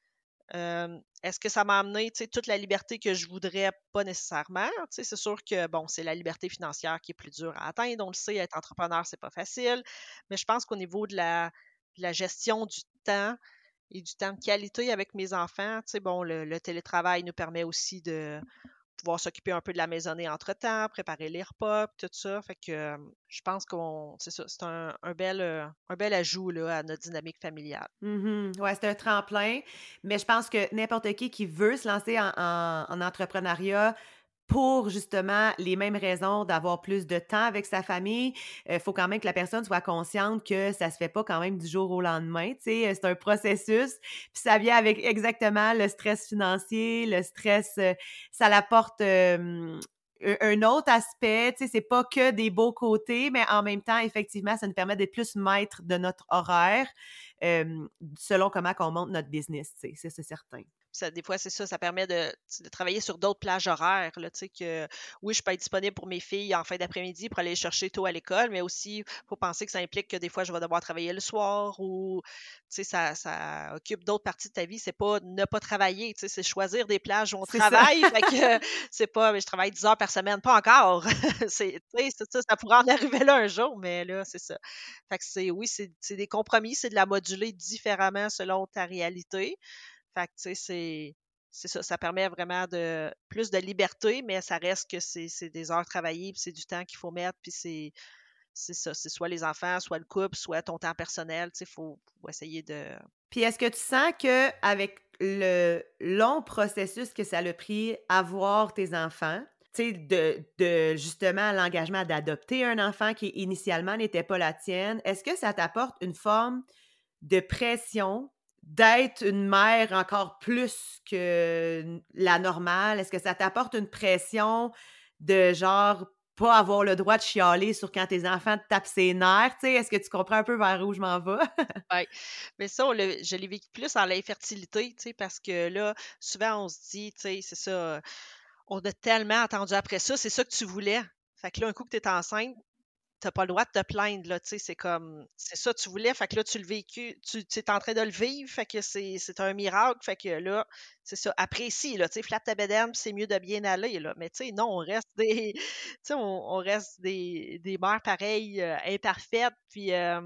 [SPEAKER 2] Euh, est-ce que ça m'a amené, tu sais, toute la liberté que je voudrais? Pas nécessairement. Tu sais, c'est sûr que, bon, c'est la liberté financière qui est plus dure à atteindre. On le sait, être entrepreneur, c'est pas facile. Mais je pense qu'au niveau de la, de la gestion du temps et du temps de qualité avec mes enfants, tu sais, bon, le, le télétravail nous permet aussi de pouvoir s'occuper un peu de la maisonnée entre-temps, préparer les repas, puis tout ça. Fait que euh, je pense qu'on, c'est ça, c'est un, un bel, euh, un bel ajout là, à notre dynamique familiale.
[SPEAKER 1] Mhm. Ouais, c'est un tremplin, mais je pense que n'importe qui qui veut se lancer en, en- en entrepreneuriat pour justement les mêmes raisons d'avoir plus de temps avec sa famille, il faut quand même que la personne soit consciente que ça se fait pas quand même du jour au lendemain, tu sais, c'est un processus, puis ça vient avec exactement le stress financier, le stress, euh, ça l'apporte euh, un un autre aspect, tu sais, c'est pas que des beaux côtés, mais en même temps, effectivement, ça nous permet d'être plus maître de notre horaire, euh, selon comment on monte notre business, tu sais, ça, c'est certain.
[SPEAKER 2] Ça, des fois, c'est ça, ça permet de, de travailler sur d'autres plages horaires. Là, tu sais, que oui, je peux être disponible pour mes filles en fin d'après-midi pour aller les chercher tôt à l'école, mais aussi, il faut penser que ça implique que des fois, je vais devoir travailler le soir ou tu sais, ça, ça occupe d'autres parties de ta vie. C'est pas ne pas travailler, tu sais, c'est choisir des plages où on
[SPEAKER 1] C'est ça.
[SPEAKER 2] travaille. Fait que c'est pas, mais je travaille dix heures par semaine, pas encore. c'est, tu sais, c'est ça, ça pourrait en arriver là un jour, mais là, c'est ça. Fait que c'est, oui, c'est, c'est des compromis, c'est de la moduler différemment selon ta réalité. Fait que, tu sais, c'est c'est ça, ça permet vraiment de plus de liberté, mais ça reste que c'est c'est des heures travaillées, puis c'est du temps qu'il faut mettre, puis c'est c'est ça, c'est soit les enfants, soit le couple, soit ton temps personnel, tu sais, faut, faut essayer de...
[SPEAKER 1] Puis est-ce que tu sens que avec le long processus que ça a pris avoir tes enfants, tu sais, de, de justement l'engagement d'adopter un enfant qui initialement n'était pas la tienne, est-ce que ça t'apporte une forme de pression d'être une mère encore plus que la normale? Est-ce que ça t'apporte une pression de genre pas avoir le droit de chialer sur quand tes enfants te tapent ses nerfs? Tu sais, est-ce que tu comprends un peu vers où je m'en vais?
[SPEAKER 2] Ouais. Mais ça, on l'a- je l'ai vécu plus en l'infertilité, tu sais, parce que là, souvent, on se dit, tu sais, c'est ça, on a tellement attendu après ça, c'est ça que tu voulais. Fait que là, un coup que tu es enceinte, t'as pas le droit de te plaindre, là, tu sais, c'est comme, c'est ça que tu voulais, fait que là, tu le vécu, tu, tu es en train de le vivre, fait que c'est, c'est un miracle, fait que là, c'est ça, apprécie, là, tu sais, flatte ta bédaine, puis c'est mieux de bien aller, là, mais tu sais, non, on reste des, tu sais, on, on reste des, des mères pareilles, euh, imparfaites, puis euh,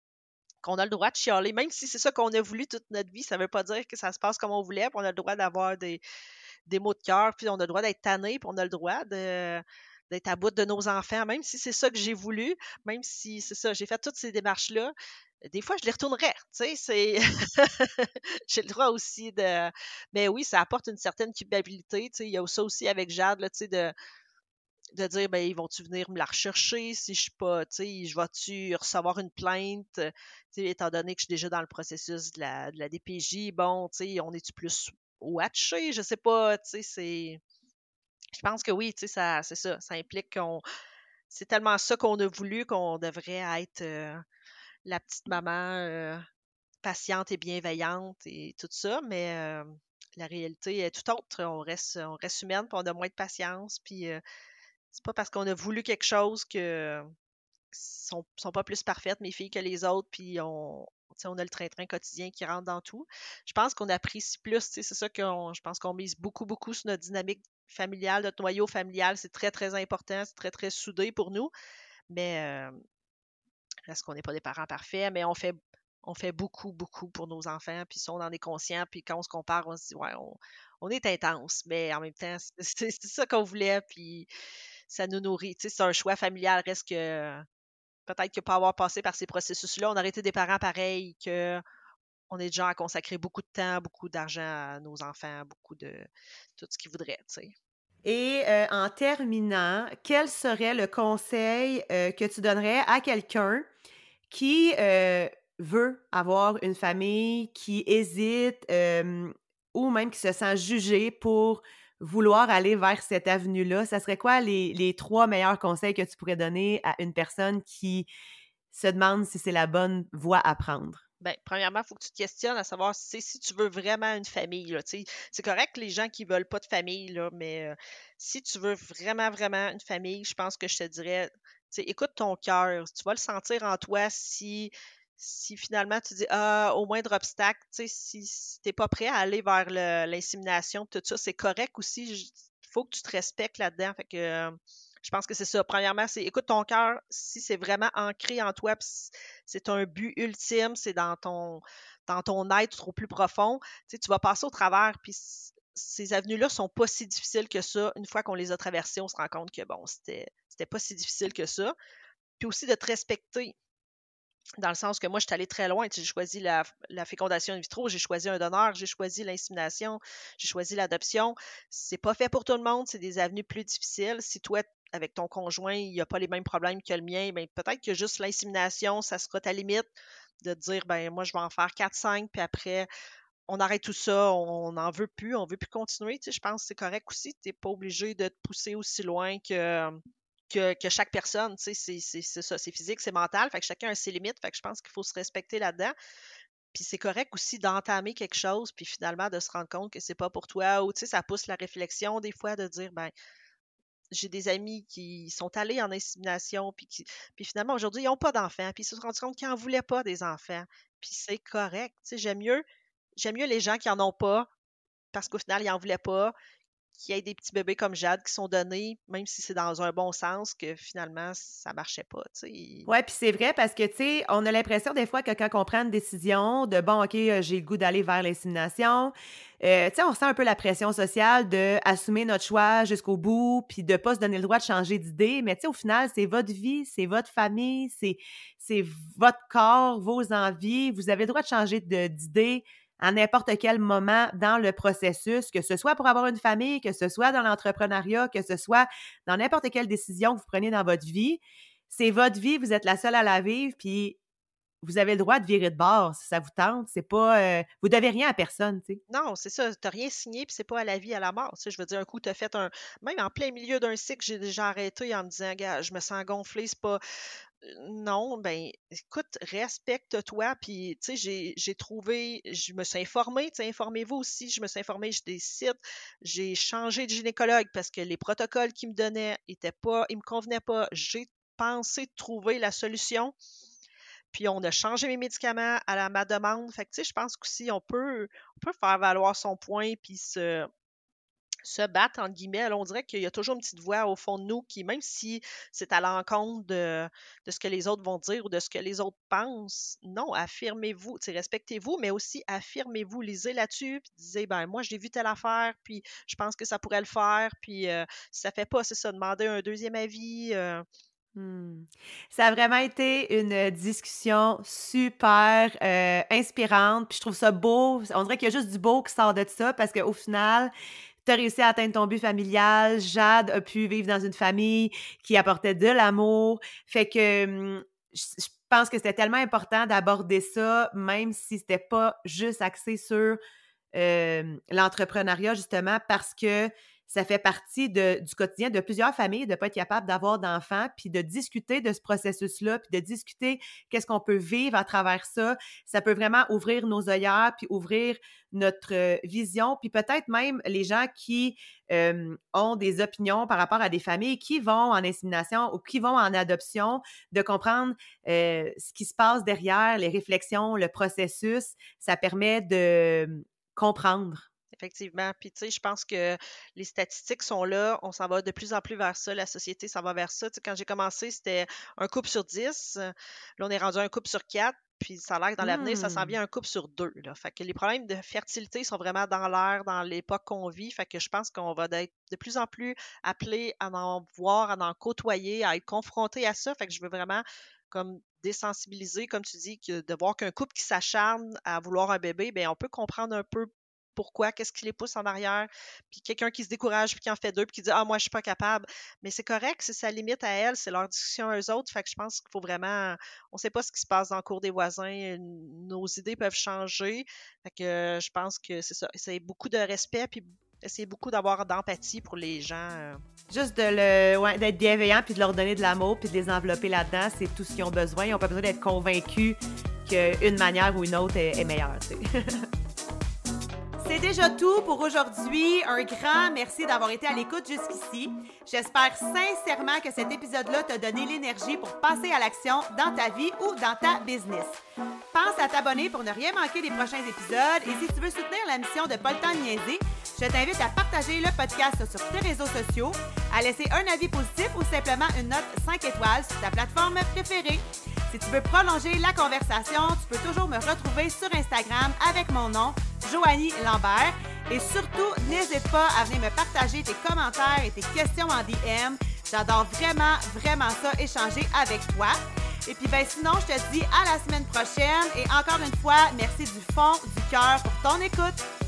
[SPEAKER 2] qu'on a le droit de chialer, même si c'est ça qu'on a voulu toute notre vie, ça veut pas dire que ça se passe comme on voulait, puis on a le droit d'avoir des, des mots de cœur, puis on a le droit d'être tanné, puis on a le droit de d'être à bout de nos enfants, même si c'est ça que j'ai voulu, même si c'est ça, j'ai fait toutes ces démarches-là. Des fois, je les retournerais, tu sais, c'est... j'ai le droit aussi de... Mais oui, ça apporte une certaine culpabilité, tu sais, il y a ça aussi avec Jade, là, tu sais, de, de dire, ben, ils vont-tu venir me la rechercher si je suis pas, tu sais, je vais-tu recevoir une plainte, tu sais, étant donné que je suis déjà dans le processus de la, de la D P J, bon, tu sais, on est-tu plus watché, je sais pas, tu sais, c'est... Je pense que oui, tu sais, ça, c'est ça. Ça implique qu'on. C'est tellement ça qu'on a voulu qu'on devrait être euh, la petite maman euh, patiente et bienveillante et tout ça, mais euh, la réalité est tout autre. On reste, on reste humaine, puis on a moins de patience, puis euh, c'est pas parce qu'on a voulu quelque chose que sont, sont pas plus parfaites, mes filles, que les autres, puis on, tu sais, on a le train-train quotidien qui rentre dans tout. Je pense qu'on apprécie plus, tu sais, c'est ça que je pense qu'on mise beaucoup, beaucoup sur notre dynamique familiale, notre noyau familial, c'est très, très important, c'est très, très soudé pour nous, mais euh, est-ce qu'on n'est pas des parents parfaits, mais on fait, on fait beaucoup, beaucoup pour nos enfants, puis ça, on en est conscient, puis quand on se compare, on se dit, ouais, on, on est intense, mais en même temps, c'est c'est- c'est ça qu'on voulait, puis ça nous nourrit, tu sais, c'est un choix familial, reste que peut-être que pas avoir passé par ces processus-là, on aurait été des parents pareils, que on est déjà à consacrer beaucoup de temps, beaucoup d'argent à nos enfants, beaucoup de tout ce qu'ils voudraient, tu sais.
[SPEAKER 1] Et euh, en terminant, quel serait le conseil euh, que tu donnerais à quelqu'un qui euh, veut avoir une famille, qui hésite euh, ou même qui se sent jugé pour vouloir aller vers cette avenue-là? Ça serait quoi les, les trois meilleurs conseils que tu pourrais donner à une personne qui se demande si c'est la bonne voie à prendre?
[SPEAKER 2] Ben, premièrement, il faut que tu te questionnes à savoir si, si tu veux vraiment une famille, là, tu sais. C'est correct les gens qui veulent pas de famille, là, mais euh, si tu veux vraiment, vraiment une famille, je pense que je te dirais, tu sais, écoute ton cœur. Tu vas le sentir en toi si, si finalement tu dis, ah, au moindre obstacle, tu sais, si, si t'es pas prêt à aller vers le- l'insémination, tout ça, c'est correct aussi. Il faut que tu te respectes là-dedans. Fait que, euh, je pense que c'est ça. Premièrement, c'est écoute ton cœur si c'est vraiment ancré en toi, puis c'est un but ultime, c'est dans ton, dans ton être au plus profond. Tu sais, tu vas passer au travers, puis c- ces avenues-là sont pas si difficiles que ça. Une fois qu'on les a traversées, on se rend compte que bon, c'était, c'était pas si difficile que ça. Puis aussi de te respecter, dans le sens que moi, je suis allée très loin. Tu sais, j'ai choisi la, la fécondation in vitro, j'ai choisi un donneur, j'ai choisi l'insémination, j'ai choisi l'adoption. C'est pas fait pour tout le monde, c'est des avenues plus difficiles. Si toi, avec ton conjoint, il n'y a pas les mêmes problèmes que le mien, ben, peut-être que juste l'insémination, ça sera ta limite de te dire, ben moi, je vais en faire quatre cinq puis après, on arrête tout ça, on n'en veut plus, on veut plus continuer. Tu sais, je pense que c'est correct aussi. Tu n'es pas obligé de te pousser aussi loin que, que, que chaque personne. Tu sais, c'est c'est- c'est ça, c'est physique, c'est mental. Fait que chacun a ses limites. Fait que je pense qu'il faut se respecter là-dedans. Puis c'est correct aussi d'entamer quelque chose, puis finalement de se rendre compte que c'est pas pour toi. Ou tu sais, ça pousse la réflexion des fois de dire, ben, j'ai des amis qui sont allés en insémination, puis, qui, puis finalement aujourd'hui, ils n'ont pas d'enfants, puis ils se sont rendus compte qu'ils n'en voulaient pas des enfants. Puis c'est correct. Tu sais, j'aime mieux, j'aime mieux les gens qui en ont pas, parce qu'au final, ils n'en voulaient pas, qu'il y ait des petits bébés comme Jade qui sont donnés, même si c'est dans un bon sens, que finalement, ça marchait pas, tu sais.
[SPEAKER 1] Ouais, puis c'est vrai parce que, tu sais, on a l'impression des fois que quand on prend une décision de bon, OK, euh, j'ai le goût d'aller vers l'insémination, euh, tu sais, on sent un peu la pression sociale de assumer notre choix jusqu'au bout, puis de pas se donner le droit de changer d'idée. Mais tu sais, au final, c'est votre vie, c'est votre famille, c'est, c'est votre corps, vos envies. Vous avez le droit de changer de- d'idée à n'importe quel moment dans le processus, que ce soit pour avoir une famille, que ce soit dans l'entrepreneuriat, que ce soit dans n'importe quelle décision que vous prenez dans votre vie. C'est votre vie, vous êtes la seule à la vivre, puis vous avez le droit de virer de bord si ça vous tente. C'est pas, euh, vous devez rien à personne, tu sais.
[SPEAKER 2] Non, c'est ça, tu rien signé, puis c'est pas à la vie, à la mort. Tu sais, je veux dire, un coup, tu as fait un. Même en plein milieu d'un cycle, j'ai déjà arrêté en me disant, gars, je me sens gonflé, c'est pas. Euh, Non, ben, écoute, respecte-toi, puis, tu sais, j'ai j'ai trouvé, je me suis informée, tu sais, informez-vous aussi, je me suis informée, j'ai des sites, j'ai changé de gynécologue parce que les protocoles qu'ils me donnaient étaient pas, ils me convenaient pas. J'ai pensé trouver la solution. Puis on a changé mes médicaments à la, ma demande. Fait que, tu sais, je pense qu'aussi, on peut, on peut faire valoir son point puis se, se battre, entre guillemets. Là, on dirait qu'il y a toujours une petite voix au fond de nous qui, même si c'est à l'encontre de, de ce que les autres vont dire ou de ce que les autres pensent, non, affirmez-vous, tu sais, respectez-vous, mais aussi affirmez-vous, lisez là-dessus, puis disez, ben moi, j'ai vu telle affaire, puis je pense que ça pourrait le faire, puis euh, si ça fait pas, c'est ça, demander un deuxième avis. euh,
[SPEAKER 1] Hmm. Ça a vraiment été une discussion super euh, inspirante. Puis je trouve ça beau. On dirait qu'il y a juste du beau qui sort de ça parce qu'au final, tu as réussi à atteindre ton but familial. Jade a pu vivre dans une famille qui apportait de l'amour. Fait que hum, je je pense que c'était tellement important d'aborder ça, même si c'était pas juste axé sur euh, l'entrepreneuriat, justement, parce que ça fait partie de, du quotidien de plusieurs familles de ne pas être capable d'avoir d'enfants, puis de discuter de ce processus-là, puis de discuter qu'est-ce qu'on peut vivre à travers ça. Ça peut vraiment ouvrir nos œillères, puis ouvrir notre euh, vision, puis peut-être même les gens qui euh, ont des opinions par rapport à des familles qui vont en insémination ou qui vont en adoption, de comprendre euh, ce qui se passe derrière, les réflexions, le processus. Ça permet de comprendre.
[SPEAKER 2] Effectivement. Puis, tu sais, je pense que les statistiques sont là. On s'en va de plus en plus vers ça. La société s'en va vers ça. Tu sais, quand j'ai commencé, c'était un couple sur dix. Là, on est rendu un couple sur quatre. Puis, ça a l'air que dans l'avenir, ça s'en
[SPEAKER 1] Hmm.
[SPEAKER 2] vient un couple sur deux. Là. Fait que les problèmes de fertilité sont vraiment dans l'air, dans l'époque qu'on vit. Fait que je pense qu'on va être de plus en plus appelé à en voir, à en côtoyer, à être confronté à ça. Fait que je veux vraiment comme désensibiliser, comme tu dis, que de voir qu'un couple qui s'acharne à vouloir un bébé, bien, on peut comprendre un peu pourquoi, qu'est-ce qui les pousse en arrière, puis quelqu'un qui se décourage, puis qui en fait deux, puis qui dit « Ah, moi, je suis pas capable ». Mais c'est correct, c'est sa limite à elle, c'est leur discussion à eux autres, fait que je pense qu'il faut vraiment... On sait pas ce qui se passe dans le cour des voisins, nos idées peuvent changer, fait que euh, je pense que c'est ça, c'est beaucoup de respect, puis essayer beaucoup d'avoir d'empathie pour les gens. euh.
[SPEAKER 1] Juste de le, ouais, d'être bienveillant, puis de leur donner de l'amour, puis de les envelopper là-dedans, c'est tout ce qu'ils ont besoin. Ils n'ont pas besoin d'être convaincus qu'une manière ou une autre est, est meilleure, tu sais. C'est déjà tout pour aujourd'hui. Un grand merci d'avoir été à l'écoute jusqu'ici. J'espère sincèrement que cet épisode-là t'a donné l'énergie pour passer à l'action dans ta vie ou dans ta business. Pense à t'abonner pour ne rien manquer des prochains épisodes. Et si tu veux soutenir la mission de Pas le temps de niaiser, je t'invite à partager le podcast sur tes réseaux sociaux, à laisser un avis positif ou simplement une note cinq étoiles sur ta plateforme préférée. Si tu veux prolonger la conversation, tu peux toujours me retrouver sur Instagram avec mon nom, Joanie Lambert. Et surtout, n'hésite pas à venir me partager tes commentaires et tes questions en D M. J'adore vraiment, vraiment ça, échanger avec toi. Et puis, ben sinon, je te dis à la semaine prochaine. Et encore une fois, merci du fond du cœur pour ton écoute.